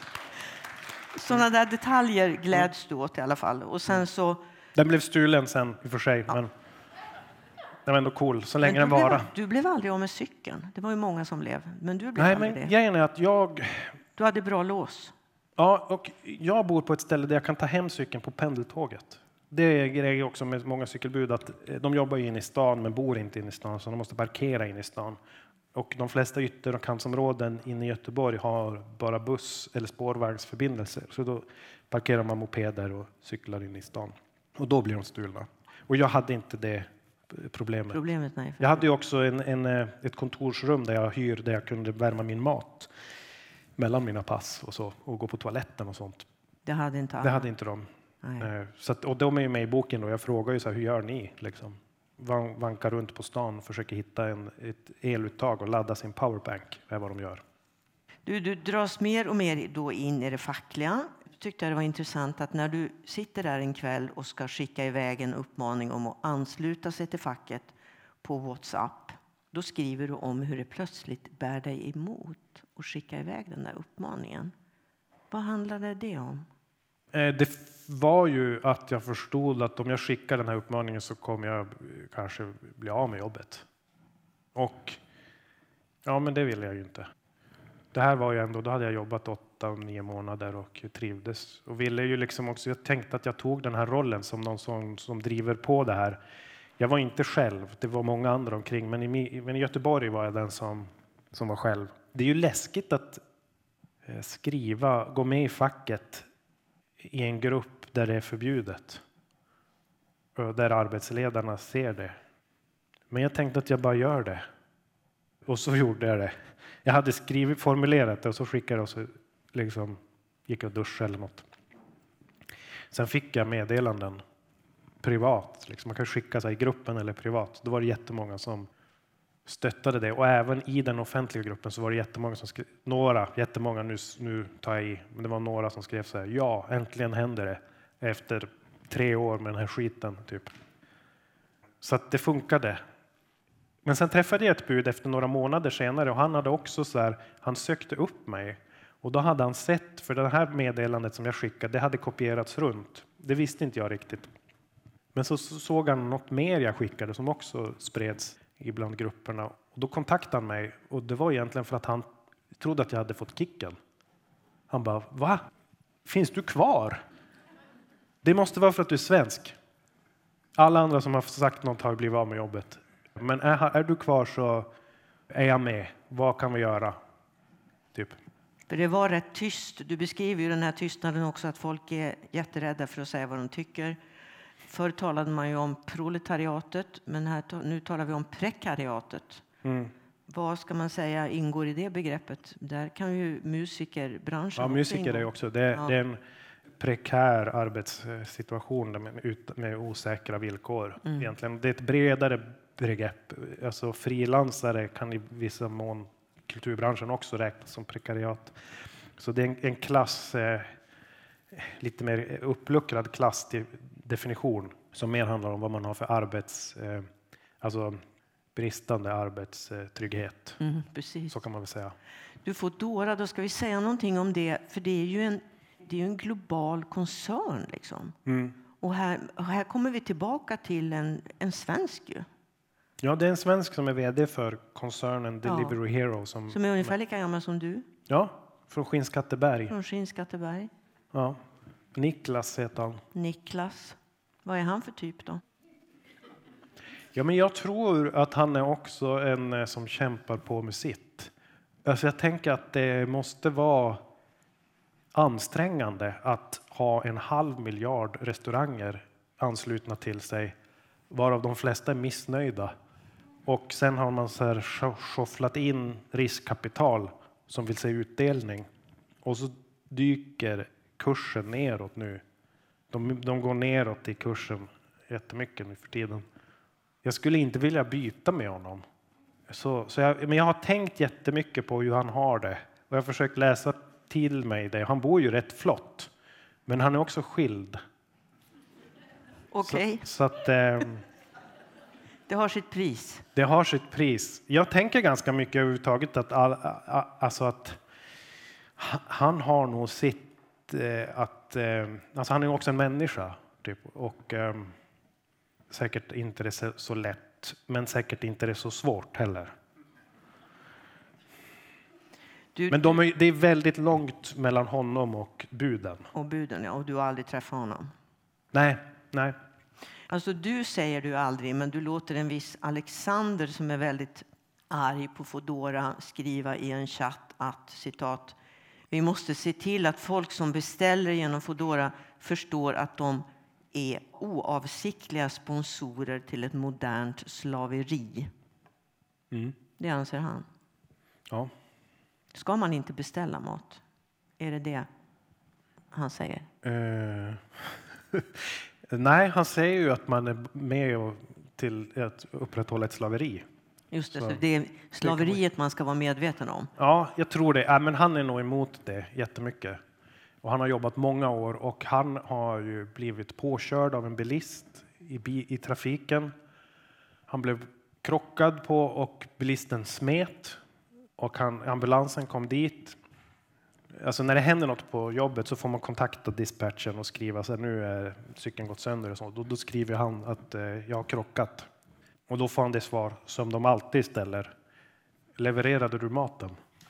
Sådana där detaljer gläds du åt i alla fall. Och sen så... Den blev stulen sen i och för sig. Ja. Men... den var ändå cool, så länge Men den du var. blev, du blev aldrig av med cykeln. Det var ju många som blev. Men du blev Nej, aldrig men det. grejen är att jag... Du hade bra lås. Ja, och jag bor på ett ställe där jag kan ta hem cykeln på pendeltåget. Det är grejer också med många cykelbud att de jobbar in i stan men bor inte in i stan, så de måste parkera in i stan. Och de flesta ytter- och kantsområden inne i Göteborg har bara buss- eller spårvagnsförbindelser. Så då parkerar man mopeder och cyklar in i stan. Och då blir de stulna. Och jag hade inte det problemet. Problemet nej. Jag hade ju också en, en, ett kontorsrum där jag hyr, där jag kunde värma min mat mellan mina pass och så, och gå på toaletten och sånt. Det hade inte alla. Det hade inte de. Nej. Så att, och de är ju med i boken då. Jag frågar ju så här, hur gör ni? Liksom, Van, vankar runt på stan och försöker hitta en, ett eluttag och ladda sin powerbank. Det är vad de gör. Du, du dras mer och mer då in i det fackliga. Jag tyckte det var intressant att när du sitter där en kväll och ska skicka iväg en uppmaning om att ansluta sig till facket på WhatsApp, då skriver du om hur det plötsligt bär dig emot och skicka iväg den där uppmaningen. Vad handlade det om? Det var ju att jag förstod att om jag skickar den här uppmaningen så kommer jag kanske bli av med jobbet. Och ja, men det ville jag ju inte. Det här var ju ändå, då hade jag jobbat åtta, nio månader och trivdes. Och ville ju liksom också, jag tänkte att jag tog den här rollen som någon som, som driver på det här. Jag var inte själv, det var många andra omkring. Men i, men i Göteborg var jag den som, som var själv. Det är ju läskigt att skriva, gå med i facket i en grupp där det är förbjudet. Där arbetsledarna ser det. Men jag tänkte att jag bara gör det. Och så gjorde jag det. Jag hade skrivit, formulerat det och så skickade jag och så liksom gick jag och duschade eller något. Sen fick jag meddelanden privat. Liksom. Man kan skicka sig i gruppen eller privat. Då var det jättemånga som stöttade det. Och även i den offentliga gruppen så var det jättemånga som skrev. Några, jättemånga, nu, nu tar jag i. Men det var några som skrev så här. Ja, äntligen händer det. Efter tre år med den här skiten typ. Så att det funkade. Men sen träffade jag ett bud efter några månader senare och han hade också så här, han sökte upp mig och då hade han sett, för det här meddelandet som jag skickade, det hade kopierats runt. Det visste inte jag riktigt. Men så såg han något mer jag skickade som också spreds ibland grupperna. Och då kontaktade han mig och det var egentligen för att han trodde att jag hade fått kicken. Han bara, va? Finns du kvar? Det måste vara för att du är svensk. Alla andra som har sagt något har blivit av med jobbet. Men är, är du kvar så är jag med. Vad kan vi göra? Typ. För det var rätt tyst. Du beskriver ju den här tystnaden också, att folk är jätterädda för att säga vad de tycker. Förr talade man ju om proletariatet, men här, nu talar vi om prekariatet. Mm. Vad ska man säga ingår i det begreppet? Där kan ju musikerbranschen ja, musiker är också. Det, ja. det är en prekär arbetssituation med, med osäkra villkor. Mm. Egentligen. Det är ett bredare begrepp. Alltså frilansare kan i vissa mån kulturbranschen också räknas som prekariat. Så det är en, en klass, eh, lite mer uppluckrad klassdefinition som mer handlar om vad man har för arbets, eh, alltså bristande arbetstrygghet. Mm, precis. Så kan man väl säga. Du får Dora, då ska vi säga någonting om det, för det är ju en, det är ju en global koncern liksom. Mm. Och här, här kommer vi tillbaka till en, en svensk ju. Ja, det är en svensk som är vd för koncernen Delivery ja. Hero. Som, som är ungefär lika gammal som du. Ja, från Skinnskatteberg. Från Skinnskatteberg. Ja, Niklas heter han. Niklas. Vad är han för typ då? Ja, men jag tror att han är också en som kämpar på med sitt. Alltså jag tänker att det måste vara ansträngande att ha en halv miljard restauranger anslutna till sig, varav de flesta är missnöjda. Och sen har man så här shufflat in riskkapital som vill se utdelning. Och så dyker kursen neråt nu. De, de går neråt i kursen jättemycket nu för tiden. Jag skulle inte vilja byta med honom. Så, så jag, men jag har tänkt jättemycket på hur han har det. Och jag har försökt läsa till mig det. Han bor ju rätt flott. Men han är också skild. Okej. Okay. Så, så att... Eh, det har sitt pris. Det har sitt pris. Jag tänker ganska mycket överhuvudtaget att, all, alltså att han har nog sitt... Eh, att, eh, alltså han är också en människa. Typ, och... Eh, säkert inte det så, så lätt, men säkert inte det så svårt heller. Du, men de är, det är väldigt långt mellan honom och buden. Och buden, ja. Och du har aldrig träffat honom? Nej, nej. Alltså du säger du aldrig, men du låter en viss Alexander som är väldigt arg på Foodora skriva i en chatt att, citat, vi måste se till att folk som beställer genom Foodora förstår att de är oavsiktliga sponsorer till ett modernt slaveri. Mm. Det anser han. Ja. Ska man inte beställa mat? Är det det han säger? Uh, nej, han säger ju att man är med och till att upprätthålla ett slaveri. Just det, så, så det är slaveriet man ska vara medveten om. Ja, jag tror det. Ja, men han är nog emot det jättemycket. Och han har jobbat många år och han har ju blivit påkörd av en bilist i, bi- i trafiken. Han blev krockad på och bilisten smet. Och han, ambulansen kom dit. Alltså när det händer något på jobbet så får man kontakta dispatchen och skriva så här, nu är cykeln gått sönder och så. Då, då skriver han att eh, jag har krockat. Och då får han det svar som de alltid ställer. Levererade du maten?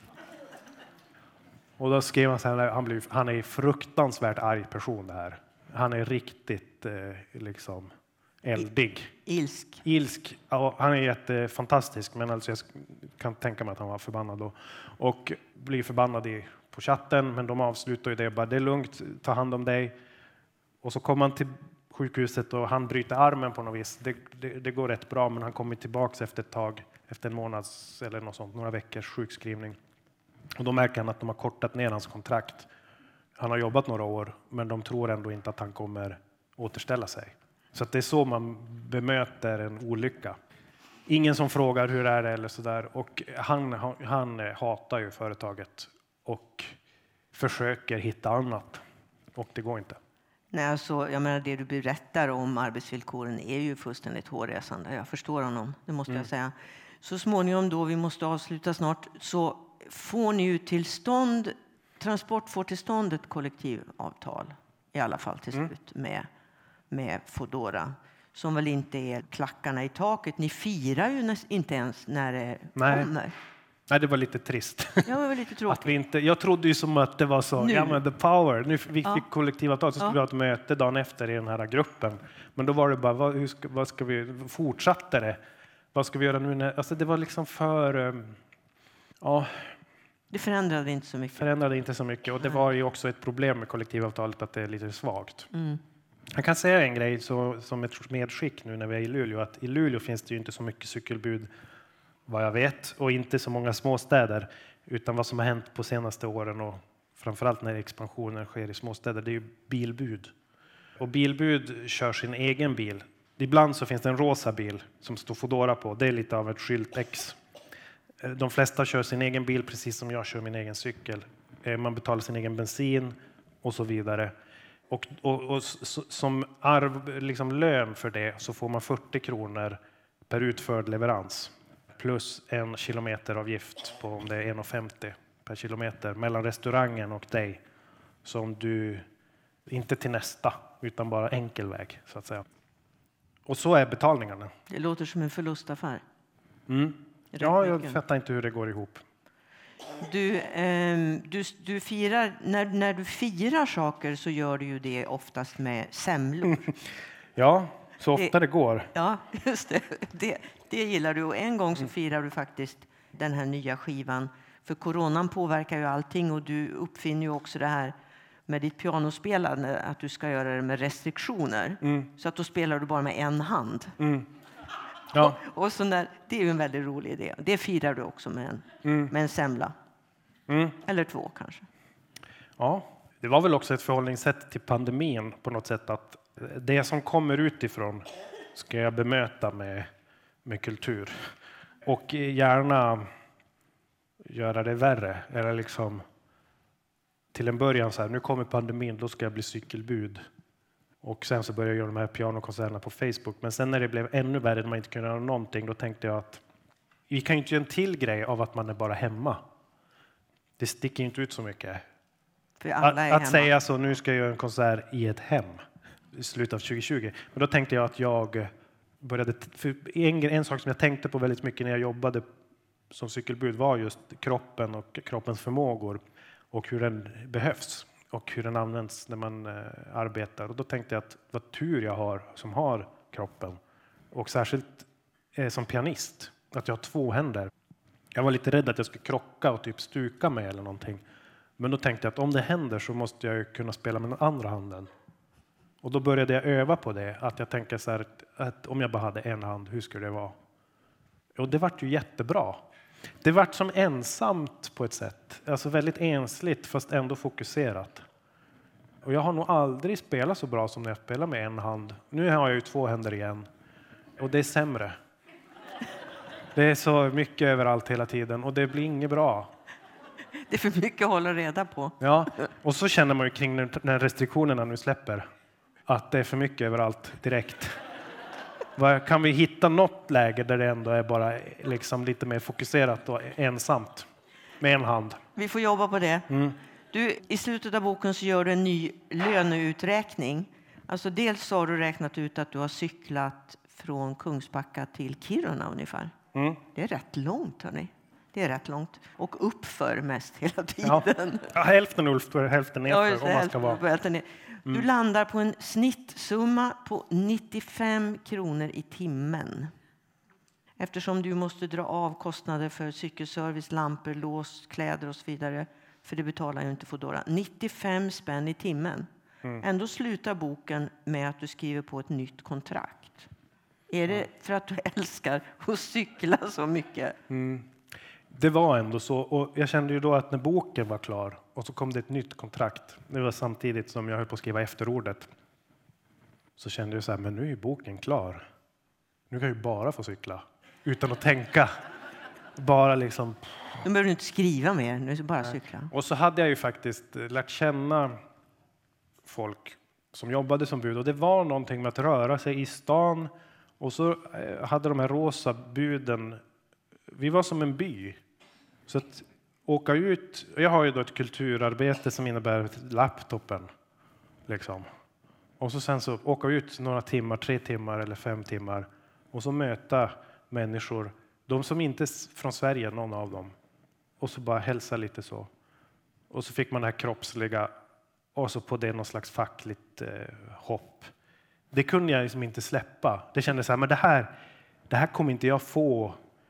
Och då skrev han så här, han, blev, han är en fruktansvärt arg person det här. Han är riktigt eh, liksom eldig. Ilsk. Ilsk. Ja, han är jättefantastisk, men alltså jag kan tänka mig att han var förbannad då. Och blir förbannad i, på chatten, men de avslutar ju det bara, det är lugnt, ta hand om dig. Och så kommer han till sjukhuset och han bryter armen på något vis. Det, det, det går rätt bra, men han kommer tillbaka efter ett tag, efter en månads eller något sånt, några veckors sjukskrivning. Och då märker han att de har kortat ner hans kontrakt. Han har jobbat några år, men de tror ändå inte att han kommer återställa sig. Så att det är så man bemöter en olycka. Ingen som frågar hur är det eller sådär. Och han, han, han hatar ju företaget och försöker hitta annat. Och det går inte. Nej, alltså, jag menar, det du berättar om arbetsvillkoren är ju fullständigt hårresande. Jag förstår honom, det måste mm. jag säga. Så småningom då, vi måste avsluta snart, så får ni ju till stånd, Transport får till stånd ett kollektivavtal i alla fall till slut mm. med, med Foodora. Som väl inte är klackarna i taket. Ni firar ju näst, inte ens när det Nej. kommer. Nej, det var lite trist. Ja, det var lite tråkigt. Att vi inte, jag trodde ju som att det var så, nu. ja men the power. Nu vi ja. fick kollektivavtal så skulle ja. vi ha ett möte dagen efter i den här gruppen. Men då var det bara, vad, hur ska, vad ska vi, fortsatte det? Vad ska vi göra nu? När, alltså det var liksom för, um, ja. Det förändrade inte så mycket. Förändrade inte så mycket. Och det var ju också ett problem med kollektivavtalet att det är lite svagt. Mm. Jag kan säga en grej så, som ett medskick nu när vi är i Luleå. Att i Luleå finns det ju inte så mycket cykelbud vad jag vet. Och inte så många småstäder. Utan vad som har hänt på senaste åren och framförallt när expansionen sker i småstäder. Det är ju bilbud. Och bilbud kör sin egen bil. Ibland så finns det en rosa bil som står Foodora på. Det är lite av ett skyltex. De flesta kör sin egen bil precis som jag kör min egen cykel. Man betalar sin egen bensin och så vidare. Och, och, och som arv, liksom lön för det så får man fyrtio kronor per utförd leverans. Plus en kilometeravgift på om det är en krona femtio per kilometer mellan restaurangen och dig. Som du, inte till nästa utan bara enkel väg så att säga. Och så är betalningarna. Det låter som en förlustaffär. Mm. Ja, jag fattar inte hur det går ihop. Du, eh, du, du firar, när, när du firar saker så gör du ju det oftast med semlor. Ja, så ofta det, det går. Ja, just det. det. Det gillar du. Och en gång så firar du faktiskt den här nya skivan. För coronan påverkar ju allting och du uppfinner ju också det här med ditt pianospelande. Att du ska göra det med restriktioner. Mm. Så att då spelar du bara med en hand. Mm. Ja. Och, och så när, det är ju en väldigt rolig idé. Det firar du också med en, mm. med en semla. Mm. Eller två kanske. Ja, det var väl också ett förhållningssätt till pandemin på något sätt. Att det som kommer utifrån ska jag bemöta med, med kultur. Och gärna göra det värre. Eller liksom till en början så här, nu kommer pandemin, då ska jag bli cykelbud. Och sen så började jag göra de här pianokonserterna på Facebook. Men sen när det blev ännu värre, när man inte kunde göra någonting, då tänkte jag att vi kan ju inte göra en till grej av att man är bara hemma. Det sticker inte ut så mycket. För alla är att att hemma. säga så, nu ska jag göra en konsert i ett hem i slutet av tjugo tjugo. Men då tänkte jag att jag började, för en, en sak som jag tänkte på väldigt mycket när jag jobbade som cykelbud var just kroppen och kroppens förmågor och hur den behövs och hur den används när man eh, arbetar. Och då tänkte jag att vad tur jag har som har kroppen och särskilt eh, som pianist att jag har två händer. Jag var lite rädd att jag skulle krocka och typ stuka mig eller någonting. Men då tänkte jag att om det händer så måste jag ju kunna spela med den andra handen. Och då började jag öva på det. Att jag tänker så här att, att om jag bara hade en hand, hur skulle det vara? Och det vart ju jättebra. Det vart som ensamt på ett sätt. Alltså väldigt ensligt fast ändå fokuserat. Och jag har nog aldrig spelat så bra som när jag spelar med en hand. Nu har jag ju två händer igen. Och det är sämre. Det är så mycket överallt hela tiden. Och det blir inget bra. Det är för mycket att hålla reda på. Ja, och så känner man ju kring när restriktionerna nu släpper. Att det är för mycket överallt direkt. Kan vi hitta något läge där det ändå är bara liksom lite mer fokuserat och ensamt med en hand? Vi får jobba på det. Mm. Du, i slutet av boken så gör du en ny löneuträkning. Alltså dels har du räknat ut att du har cyklat från Kungsbacka till Kiruna ungefär. Mm. Det är rätt långt, hörni. Det är rätt långt. Och uppför mest hela tiden. Ja, hälften uppför, hälften nerför. Ja, just det, om man ska vara. Du mm. landar på en snittsumma på nittiofem kronor i timmen. Eftersom du måste dra av kostnader för cykelservice, lampor, lås, kläder och så vidare. För det betalar ju inte Foodora. nittiofem spänn i timmen. Mm. Ändå slutar boken med att du skriver på ett nytt kontrakt. Är det för att du älskar att cykla så mycket? Mm. Det var ändå så. Och jag kände ju då att när boken var klar och så kom det ett nytt kontrakt. Det var samtidigt som jag höll på att skriva efterordet. Så kände jag så här, men nu är ju boken klar. Nu kan jag ju bara få cykla. Utan att tänka. Bara liksom... Nu behöver du inte skriva mer, nu är det bara cykla. Och så hade jag ju faktiskt lärt känna folk som jobbade som bud. Och det var någonting med att röra sig i stan. Och så hade de här rosa buden... Vi var som en by. Så att åka ut... Jag har ju då ett kulturarbete som innebär laptopen. Liksom. Och så sen så åka ut några timmar, tre timmar eller fem timmar. Och så möta människor. De som inte är från Sverige, någon av dem. Och så bara hälsa lite så. Och så fick man det här kroppsliga. Och så på det någon slags fackligt eh, hopp. Det kunde jag liksom inte släppa. Det kändes så här, men det här, det här kommer inte jag få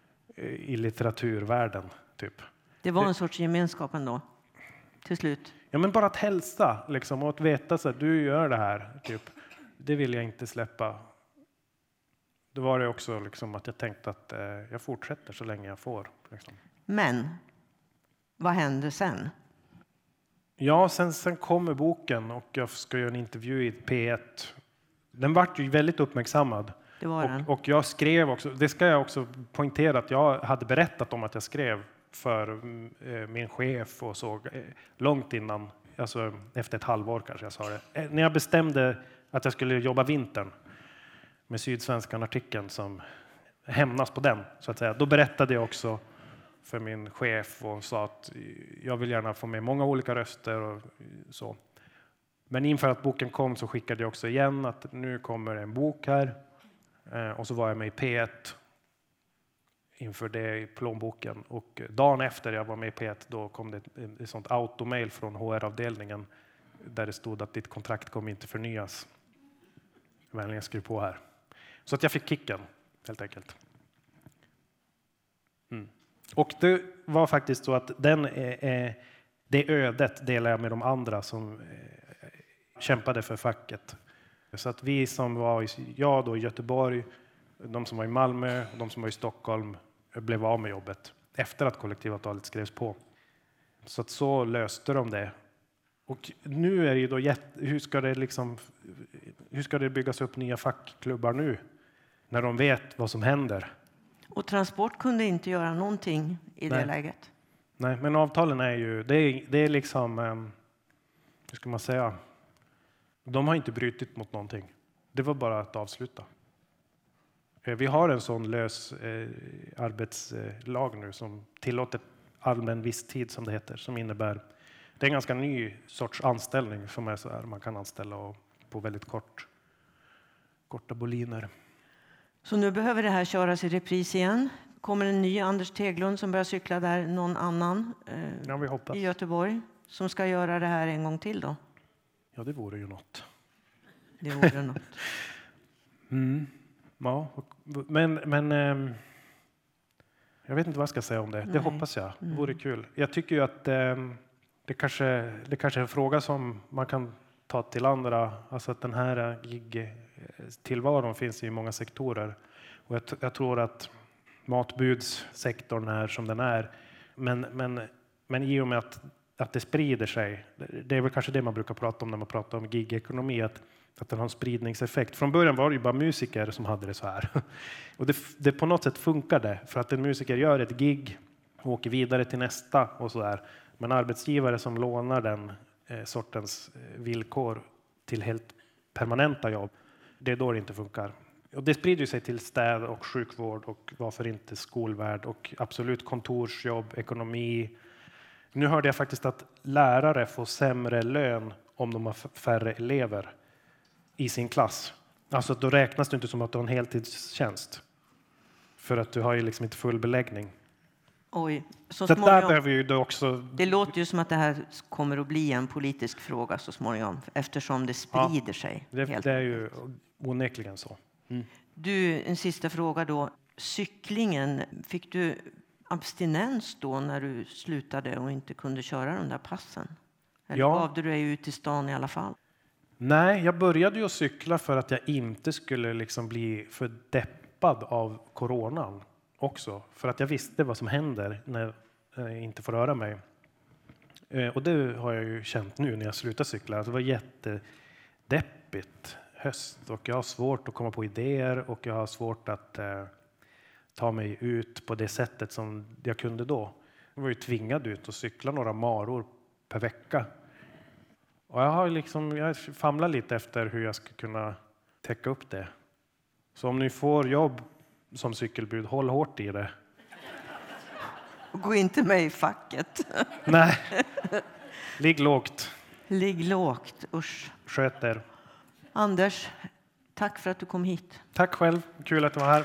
i litteraturvärlden, typ. Det var en sorts gemenskap ändå, till slut. Ja, men bara att hälsa, liksom, och att veta så att du gör det här, typ. Det vill jag inte släppa. Då var det också liksom att jag tänkte att eh, jag fortsätter så länge jag får. Liksom. Men, vad händer sen? Ja, sen, sen kommer boken och jag ska göra en intervju i P ett. Den var ju väldigt uppmärksammad. Det var den. Och, och jag skrev också, det ska jag också poängtera att jag hade berättat om att jag skrev för eh, min chef och så eh, långt innan, alltså efter ett halvår kanske jag sa det. Eh, när jag bestämde att jag skulle jobba vintern med Sydsvenskan-artikeln som hämnas på den, så att säga. Då berättade jag också för min chef och sa att jag vill gärna få med många olika röster och så. Men inför att boken kom så skickade jag också igen att nu kommer en bok här. Och så var jag med i P ett inför det i plånboken. Och dagen efter jag var med i P ett då kom det ett, ett sånt automail från H R-avdelningen där det stod att ditt kontrakt kommer inte förnyas. Vänligen skriv på här. Så att jag fick kicken helt enkelt. Mm. Och det var faktiskt så att den är, är, det ödet delar jag med de andra som eh, kämpade för facket. Så att vi som var i, jag då i Göteborg, de som var i Malmö och de som var i Stockholm blev av med jobbet efter att kollektivavtalet skrevs på. Så att så löste de det. Och nu är det ju då hur ska det liksom hur ska det byggas upp nya fackklubbar nu när de vet vad som händer? Och Transport kunde inte göra någonting i Nej. det läget. Nej, men avtalen är ju det är, det är liksom hur ska man säga? De har inte brutit mot någonting. Det var bara att avsluta. Vi har en sån lös eh, arbetslag nu som tillåter allmän viss tid som det heter. Som innebär, det är en ganska ny sorts anställning som är så här, man kan anställa och på väldigt kort, korta boliner. Så nu behöver det här köras i repris igen. Kommer en ny Anders Teglund som börjar cykla där, någon annan eh, Ja, vi hoppas. i Göteborg som ska göra det här en gång till då? Ja, det vore ju något. Det vore något. Mm. Ja, men, men eh, jag vet inte vad jag ska säga om det. Nej. Det hoppas jag. Det vore Mm. kul. Jag tycker ju att eh, det, kanske, det kanske är en fråga som man kan ta till andra. Alltså att den här gig-tillvaron finns i många sektorer. Och jag, jag tror att matbudssektorn är som den är. Men, men, men i och med att, att det sprider sig. Det är väl kanske det man brukar prata om när man pratar om gig-ekonomi. Att, att den har en spridningseffekt. Från början var det ju bara musiker som hade det så här. Och det, det på något sätt funkar det. För att en musiker gör ett gig och åker vidare till nästa och så där. Men arbetsgivare som lånar den eh, sortens eh, villkor till helt permanenta jobb. Det är då det inte funkar. Och det sprider sig till städ och sjukvård och varför inte skolvärld och absolut kontorsjobb, ekonomi. Nu hörde jag faktiskt att lärare får sämre lön om de har färre elever i sin klass. Alltså då räknas det inte som att du har en heltidstjänst. För att du har ju liksom inte full beläggning. Oj, så det småningom, där behöver ju då också... det låter ju som att det här kommer att bli en politisk fråga så småningom. Eftersom det sprider Ja, sig. Det, helt det är ju onekligen så. Mm. Du, en sista fråga då. Cyklingen, fick du abstinens då när du slutade och inte kunde köra de där passen? Eller Ja. gav du dig ut i stan i alla fall? Nej, jag började ju att cykla för att jag inte skulle liksom bli för deppad av coronan också. För att jag visste vad som händer när jag inte får röra mig. Och det har jag ju känt nu när jag slutar cykla. Det var jättedeppigt höst och jag har svårt att komma på idéer och jag har svårt att eh, ta mig ut på det sättet som jag kunde då. Jag var ju tvingad ut och cykla några maror per vecka. Och jag har liksom, jag famlar lite efter hur jag ska kunna täcka upp det. Så om ni får jobb som cykelbud, håll hårt i det. Gå inte med i facket. Nej, ligg lågt. Ligg lågt, usch. Sköt er. Anders, tack för att du kom hit. Tack själv, kul att du var här.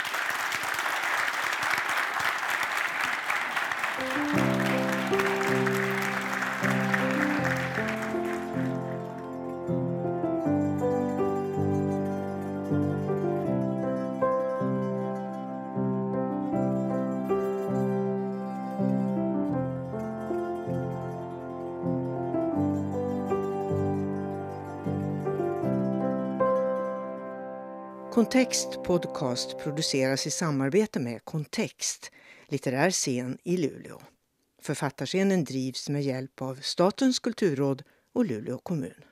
Kontext podcast produceras i samarbete med Kontext, litterär scen i Luleå. Författarscenen drivs med hjälp av Statens kulturråd och Luleå kommun.